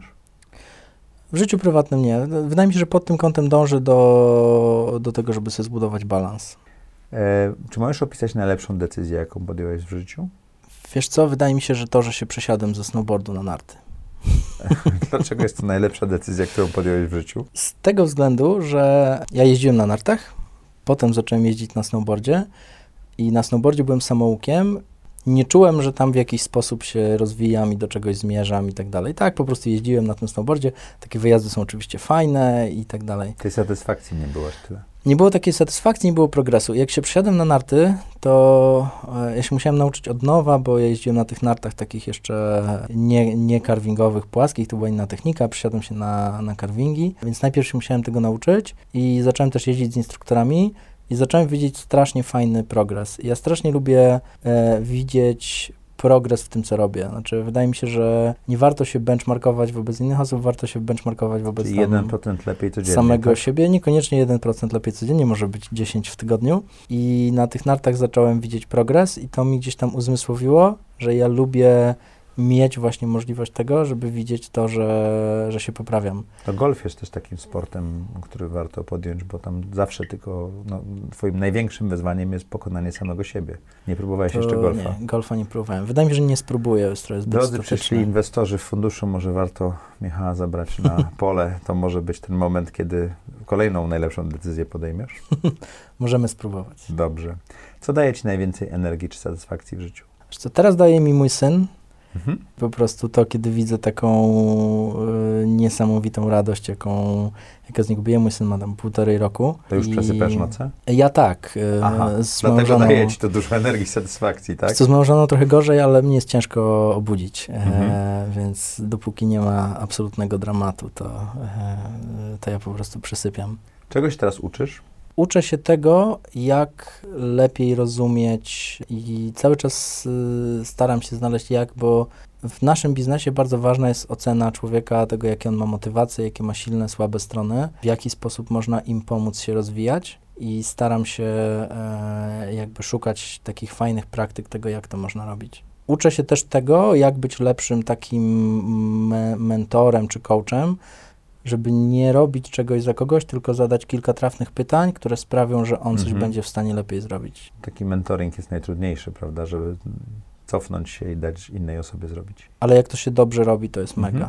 W życiu prywatnym nie. Wydaje mi się, że pod tym kątem dążę do, do tego, żeby sobie zbudować balans. E, czy możesz opisać najlepszą decyzję, jaką podjąłeś w życiu? Wiesz co, wydaje mi się, że to, że się przesiadłem ze snowboardu na narty. Dlaczego jest to najlepsza decyzja, którą podjąłeś w życiu? Z tego względu, że ja jeździłem na nartach, potem zacząłem jeździć na snowboardzie i na snowboardzie byłem samoukiem. Nie czułem, że tam w jakiś sposób się rozwijam i do czegoś zmierzam i tak dalej. Tak, po prostu jeździłem na tym snowboardzie. Takie wyjazdy są oczywiście fajne i tak dalej. Tej satysfakcji nie było aż tyle. Nie było takiej satysfakcji, nie było progresu. Jak się przesiadłem na narty, to e, ja się musiałem nauczyć od nowa, bo ja jeździłem na tych nartach takich jeszcze nie, nie carvingowych, płaskich, to była inna technika, przesiadłem się na, na carvingi, więc najpierw się musiałem tego nauczyć i zacząłem też jeździć z instruktorami i zacząłem widzieć strasznie fajny progres. Ja strasznie lubię e, widzieć progres w tym, co robię. Znaczy, wydaje mi się, że nie warto się benchmarkować wobec innych osób, warto się benchmarkować wobec Czyli tam jeden procent lepiej codziennie, samego tak? siebie. Niekoniecznie jeden procent lepiej codziennie, może być dziesięć w tygodniu. I na tych nartach zacząłem widzieć progres i to mi gdzieś tam uzmysłowiło, że ja lubię mieć właśnie możliwość tego, żeby widzieć to, że, że się poprawiam. To golf jest też takim sportem, który warto podjąć, bo tam zawsze tylko no, twoim największym wyzwaniem jest pokonanie samego siebie. Nie próbowałeś To jeszcze golfa? Nie, golfa nie próbowałem. Wydaje mi się, że nie spróbuję. Jest zbyt Drodzy przyszli inwestorzy w funduszu, może warto Michała zabrać na pole. To może być ten moment, kiedy kolejną najlepszą decyzję podejmiesz? Możemy spróbować. Dobrze. Co daje ci najwięcej energii czy satysfakcji w życiu? Wiesz co, teraz daje mi mój syn. Mhm. Po prostu to, kiedy widzę taką y, niesamowitą radość, jaką, jaką z niego bije. Mój syn ma tam półtorej roku. To już i przesypiasz noce? Ja tak. Y, Aha, z dlatego małżoną, daje ci to dużo energii i satysfakcji, tak? Co z małżoną trochę gorzej, ale mnie jest ciężko obudzić, Mhm. e, więc dopóki nie ma absolutnego dramatu, to, e, to ja po prostu przysypiam. Czego się teraz uczysz? Uczę się tego, jak lepiej rozumieć i cały czas y, staram się znaleźć jak, bo w naszym biznesie bardzo ważna jest ocena człowieka, tego jakie on ma motywacje, jakie ma silne, słabe strony, w jaki sposób można im pomóc się rozwijać i staram się e, jakby szukać takich fajnych praktyk tego, jak to można robić. Uczę się też tego, jak być lepszym takim me- mentorem czy coachem, żeby nie robić czegoś za kogoś, tylko zadać kilka trafnych pytań, które sprawią, że on coś Mhm. będzie w stanie lepiej zrobić. Taki mentoring jest najtrudniejszy, prawda, żeby cofnąć się i dać innej osobie zrobić. Ale jak to się dobrze robi, to jest Mhm. mega.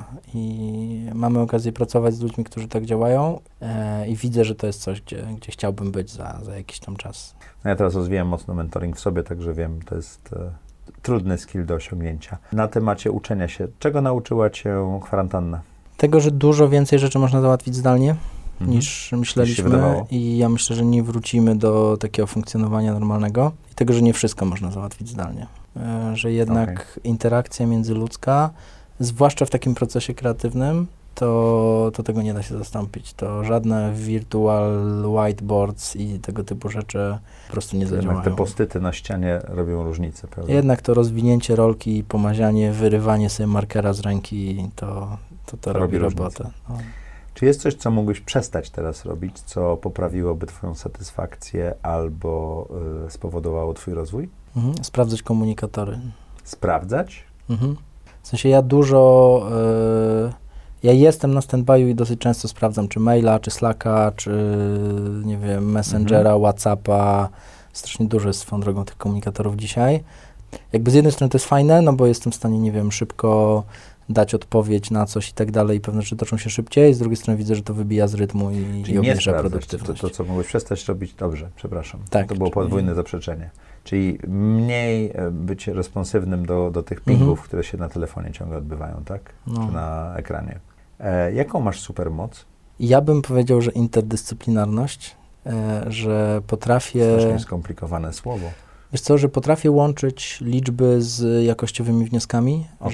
I mamy okazję pracować z ludźmi, którzy tak działają e, i widzę, że to jest coś, gdzie, gdzie chciałbym być za, za jakiś tam czas. No ja teraz rozwijam mocno mentoring w sobie, także wiem, to jest e, trudny skill do osiągnięcia. Na temacie uczenia się, czego nauczyła cię kwarantanna? Tego, że dużo więcej rzeczy można załatwić zdalnie, Mhm. niż myśleliśmy wydawało. i ja myślę, że nie wrócimy do takiego funkcjonowania normalnego i tego, że nie wszystko można załatwić zdalnie. E, że jednak Okej. interakcja międzyludzka, zwłaszcza w takim procesie kreatywnym, to, to tego nie da się zastąpić. To żadne virtual whiteboards i tego typu rzeczy po prostu nie Jednak zadziałają. te postyty na ścianie robią różnicę, prawda? Jednak to rozwinięcie rolki, pomazianie, wyrywanie sobie markera z ręki, to, to, to robi, Robi robotę. No. Czy jest coś, co mógłbyś przestać teraz robić, co poprawiłoby twoją satysfakcję albo y, spowodowało twój rozwój? Mhm. Sprawdzać komunikatory. Sprawdzać? Mhm. W sensie ja dużo, y, ja jestem na stand-by'u i dosyć często sprawdzam, czy maila, czy Slacka, czy nie wiem, Messengera, Mhm. Whatsappa. Strasznie dużo jest swoją drogą tych komunikatorów dzisiaj. Jakby z jednej strony to jest fajne, no bo jestem w stanie, nie wiem, szybko dać odpowiedź na coś i tak dalej i pewne rzeczy toczą się szybciej, z drugiej strony widzę, że to wybija z rytmu i, i Czyli nie obniża sprawdzać, to, produktywność. to, co mogłeś przestać robić, dobrze, przepraszam. Tak, To było czyli- podwójne zaprzeczenie. Czyli mniej e, być responsywnym do, do tych pingów, Mhm. które się na telefonie ciągle odbywają, tak? No. Czy na ekranie. E, jaką masz supermoc? Ja bym powiedział, że interdyscyplinarność, e, że potrafię... Strasznie skomplikowane słowo. Wiesz co, że potrafię łączyć liczby z jakościowymi wnioskami, Okej.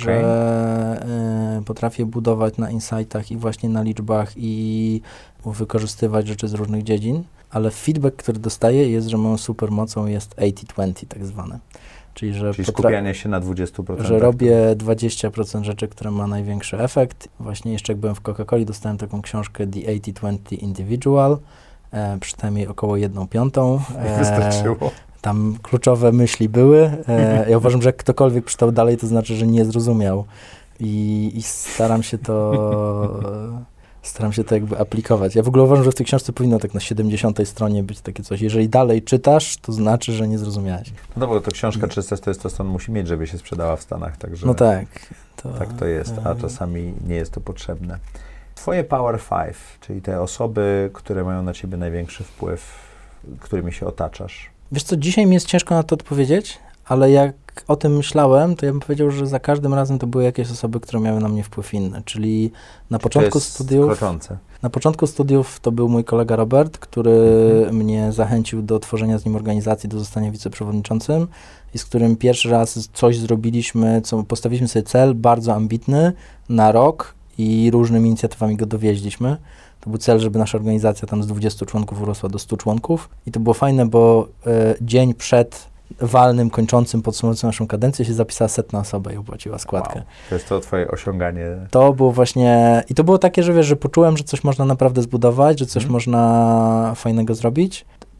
że y, potrafię budować na insightach i właśnie na liczbach i wykorzystywać rzeczy z różnych dziedzin, ale feedback, który dostaję jest, że moją supermocą jest osiemdziesiąt dwadzieścia tak zwane. Czyli, że, Czyli potra- skupianie się na dwudziestu procentach. że robię dwadzieścia procent rzeczy, które ma największy efekt. Właśnie jeszcze jak byłem w Coca-Coli, dostałem taką książkę The osiemdziesiąt dwadzieścia Individual, e, czytałem jej około jedną piątą. E, Wystarczyło. Tam kluczowe myśli były. E, ja uważam, że jak ktokolwiek czytał dalej, to znaczy, że nie zrozumiał. I, i staram się to staram się to jakby aplikować. Ja w ogóle uważam, że w tej książce powinno tak na siedemdziesiątej stronie być takie coś. Jeżeli dalej czytasz, to znaczy, że nie zrozumiałeś. No bo to książka trzysta czterysta stron musi mieć, żeby się sprzedała w Stanach, także No tak. To, tak to jest, a e, czasami nie jest to potrzebne. Twoje Power Five, czyli te osoby, które mają na ciebie największy wpływ, którymi się otaczasz. Wiesz co, dzisiaj mi jest ciężko na to odpowiedzieć, ale jak o tym myślałem, to ja bym powiedział, że za każdym razem to były jakieś osoby, które miały na mnie wpływ inny, czyli na początku to jest studiów... kroczące. Na początku studiów to był mój kolega Robert, który Mhm. mnie zachęcił do tworzenia z nim organizacji, do zostania wiceprzewodniczącym i z którym pierwszy raz coś zrobiliśmy, co postawiliśmy sobie cel bardzo ambitny na rok i różnymi inicjatywami go dowieźliśmy. To był cel, żeby nasza organizacja tam z dwudziestu członków urosła do stu członków i to było fajne, bo e, dzień przed walnym, kończącym, podsumowującym naszą kadencję się zapisała setna osoba i opłaciła składkę. Wow. To jest to twoje osiąganie. To było właśnie, i to było takie, że wiesz, że poczułem, że coś można naprawdę zbudować, że coś Mhm. można fajnego zrobić.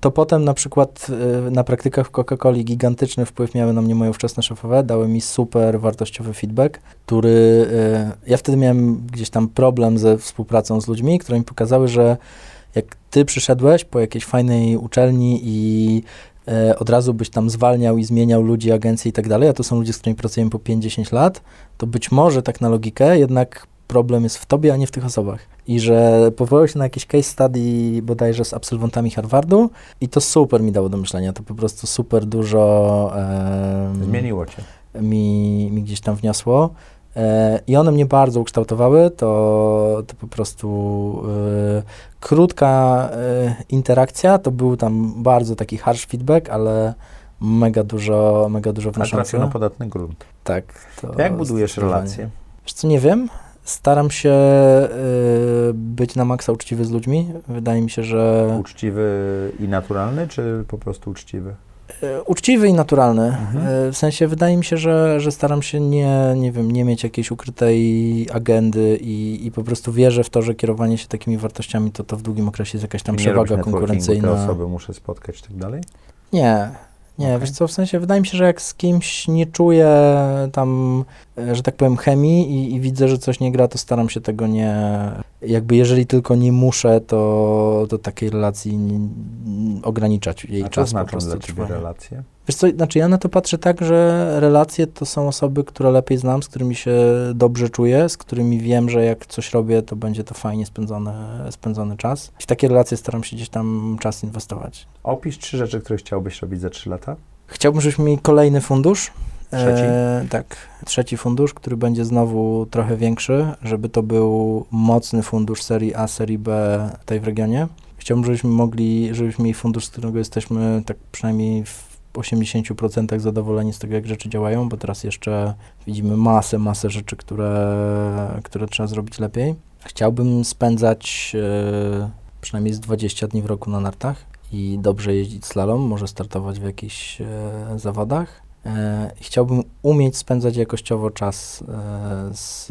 to potem na przykład y, na praktykach w Coca-Coli gigantyczny wpływ miały na mnie moje ówczesne szefowe, dały mi super wartościowy feedback, który y, ja wtedy miałem gdzieś tam problem ze współpracą z ludźmi, które mi pokazały, że jak ty przyszedłeś po jakiejś fajnej uczelni i y, od razu byś tam zwalniał i zmieniał ludzi, agencje i tak dalej, a to są ludzie, z którymi pracujemy po pięć dziesięć lat, to być może tak na logikę jednak problem jest w tobie, a nie w tych osobach. I że powołał się na jakieś case study bodajże z absolwentami Harvardu i to super mi dało do myślenia. To po prostu super dużo um, zmieniło cię. Mi, mi gdzieś tam wniosło. E, I one mnie bardzo ukształtowały. To, to po prostu e, krótka e, interakcja. To był tam bardzo taki harsh feedback, ale mega dużo, mega dużo wnoszący. A trafił na podatny grunt. Tak. To Jak budujesz relacje? Wiesz co, nie wiem. Staram się y, być na maksa uczciwy z ludźmi. Wydaje mi się, że... Uczciwy i naturalny, czy po prostu uczciwy? Y, uczciwy i naturalny. Mhm. Y, w sensie wydaje mi się, że, że staram się nie, nie wiem, nie mieć jakiejś ukrytej agendy i, i po prostu wierzę w to, że kierowanie się takimi wartościami, to to w długim okresie jest jakaś tam I nie przewaga robisz konkurencyjna. te osoby muszę spotkać i tak dalej? Nie. Nie, okay. Wiesz co, w sensie wydaje mi się, że jak z kimś nie czuję tam, że tak powiem, chemii i, i widzę, że coś nie gra, to staram się tego nie, jakby jeżeli tylko nie muszę, to, to takiej relacji nie, ograniczać jej A czas. co znaczą po prostu dla ciebie trwania. relacje? Wiesz co, znaczy ja na to patrzę tak, że relacje to są osoby, które lepiej znam, z którymi się dobrze czuję, z którymi wiem, że jak coś robię, to będzie to fajnie spędzony, spędzony czas. I w takie relacje staram się gdzieś tam czas inwestować. Opisz trzy rzeczy, które chciałbyś robić za trzy lata. Chciałbym, żebyśmy mieli kolejny fundusz. Trzeci? E, tak, trzeci fundusz, który będzie znowu trochę większy, żeby to był mocny fundusz serii A, serii B tutaj w regionie. Chciałbym, żebyśmy mogli, żebyśmy mieli fundusz, z którego jesteśmy tak przynajmniej w osiemdziesiąt procent zadowoleni z tego, jak rzeczy działają, bo teraz jeszcze widzimy masę, masę rzeczy, które, które trzeba zrobić lepiej. Chciałbym spędzać e, przynajmniej z dwadzieścia dni w roku na nartach i dobrze jeździć slalom, może startować w jakichś e, zawodach. E, chciałbym umieć spędzać jakościowo czas e, z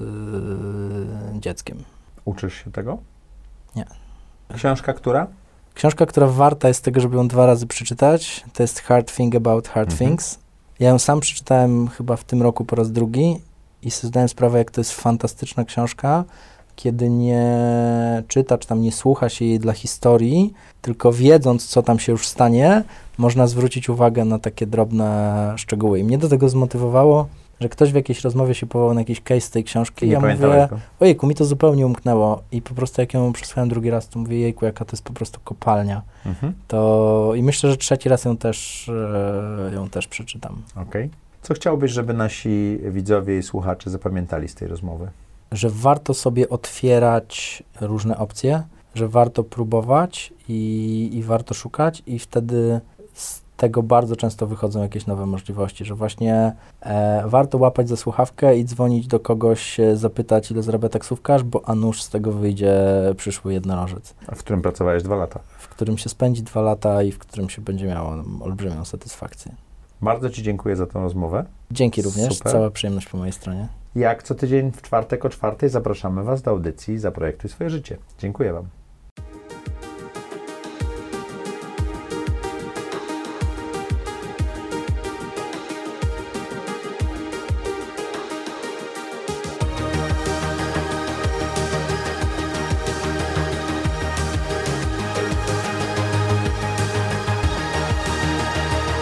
e, dzieckiem. Uczysz się tego? Nie. Książka która? Książka, która warta jest tego, żeby ją dwa razy przeczytać, to jest Hard Thing About Hard mhm. Things. Ja ją sam przeczytałem chyba w tym roku po raz drugi i sobie zdałem sprawę, jak to jest fantastyczna książka, kiedy nie czyta, czy tam nie słucha się jej dla historii, tylko wiedząc, co tam się już stanie, można zwrócić uwagę na takie drobne szczegóły. I mnie do tego zmotywowało, że ktoś w jakiejś rozmowie się powołał na jakiś case z tej książki i ja mówię, go. ojejku, mi to zupełnie umknęło i po prostu jak ją przesłuchałem drugi raz, to mówię, jejku, jaka to jest po prostu kopalnia. Mhm. To i myślę, że trzeci raz ją też, e, ją też przeczytam. Okej. Okay. Co chciałbyś, żeby nasi widzowie i słuchacze zapamiętali z tej rozmowy? Że warto sobie otwierać różne opcje, że warto próbować i, i warto szukać i wtedy z tego bardzo często wychodzą jakieś nowe możliwości, że właśnie e, warto łapać za słuchawkę i dzwonić do kogoś, zapytać, ile zarabia taksówkarz, bo a nuż z tego wyjdzie przyszły jednorożec. A w którym pracowałeś dwa lata? W którym się spędzi dwa lata i w którym się będzie miało olbrzymią satysfakcję. Bardzo Ci dziękuję za tę rozmowę. Dzięki również, Super. Cała przyjemność po mojej stronie. Jak co tydzień w czwartek o czwartej zapraszamy Was do audycji Zaprojektuj swoje życie. Dziękuję Wam.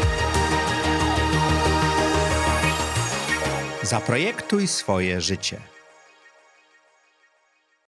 Zaprojektuj swoje życie.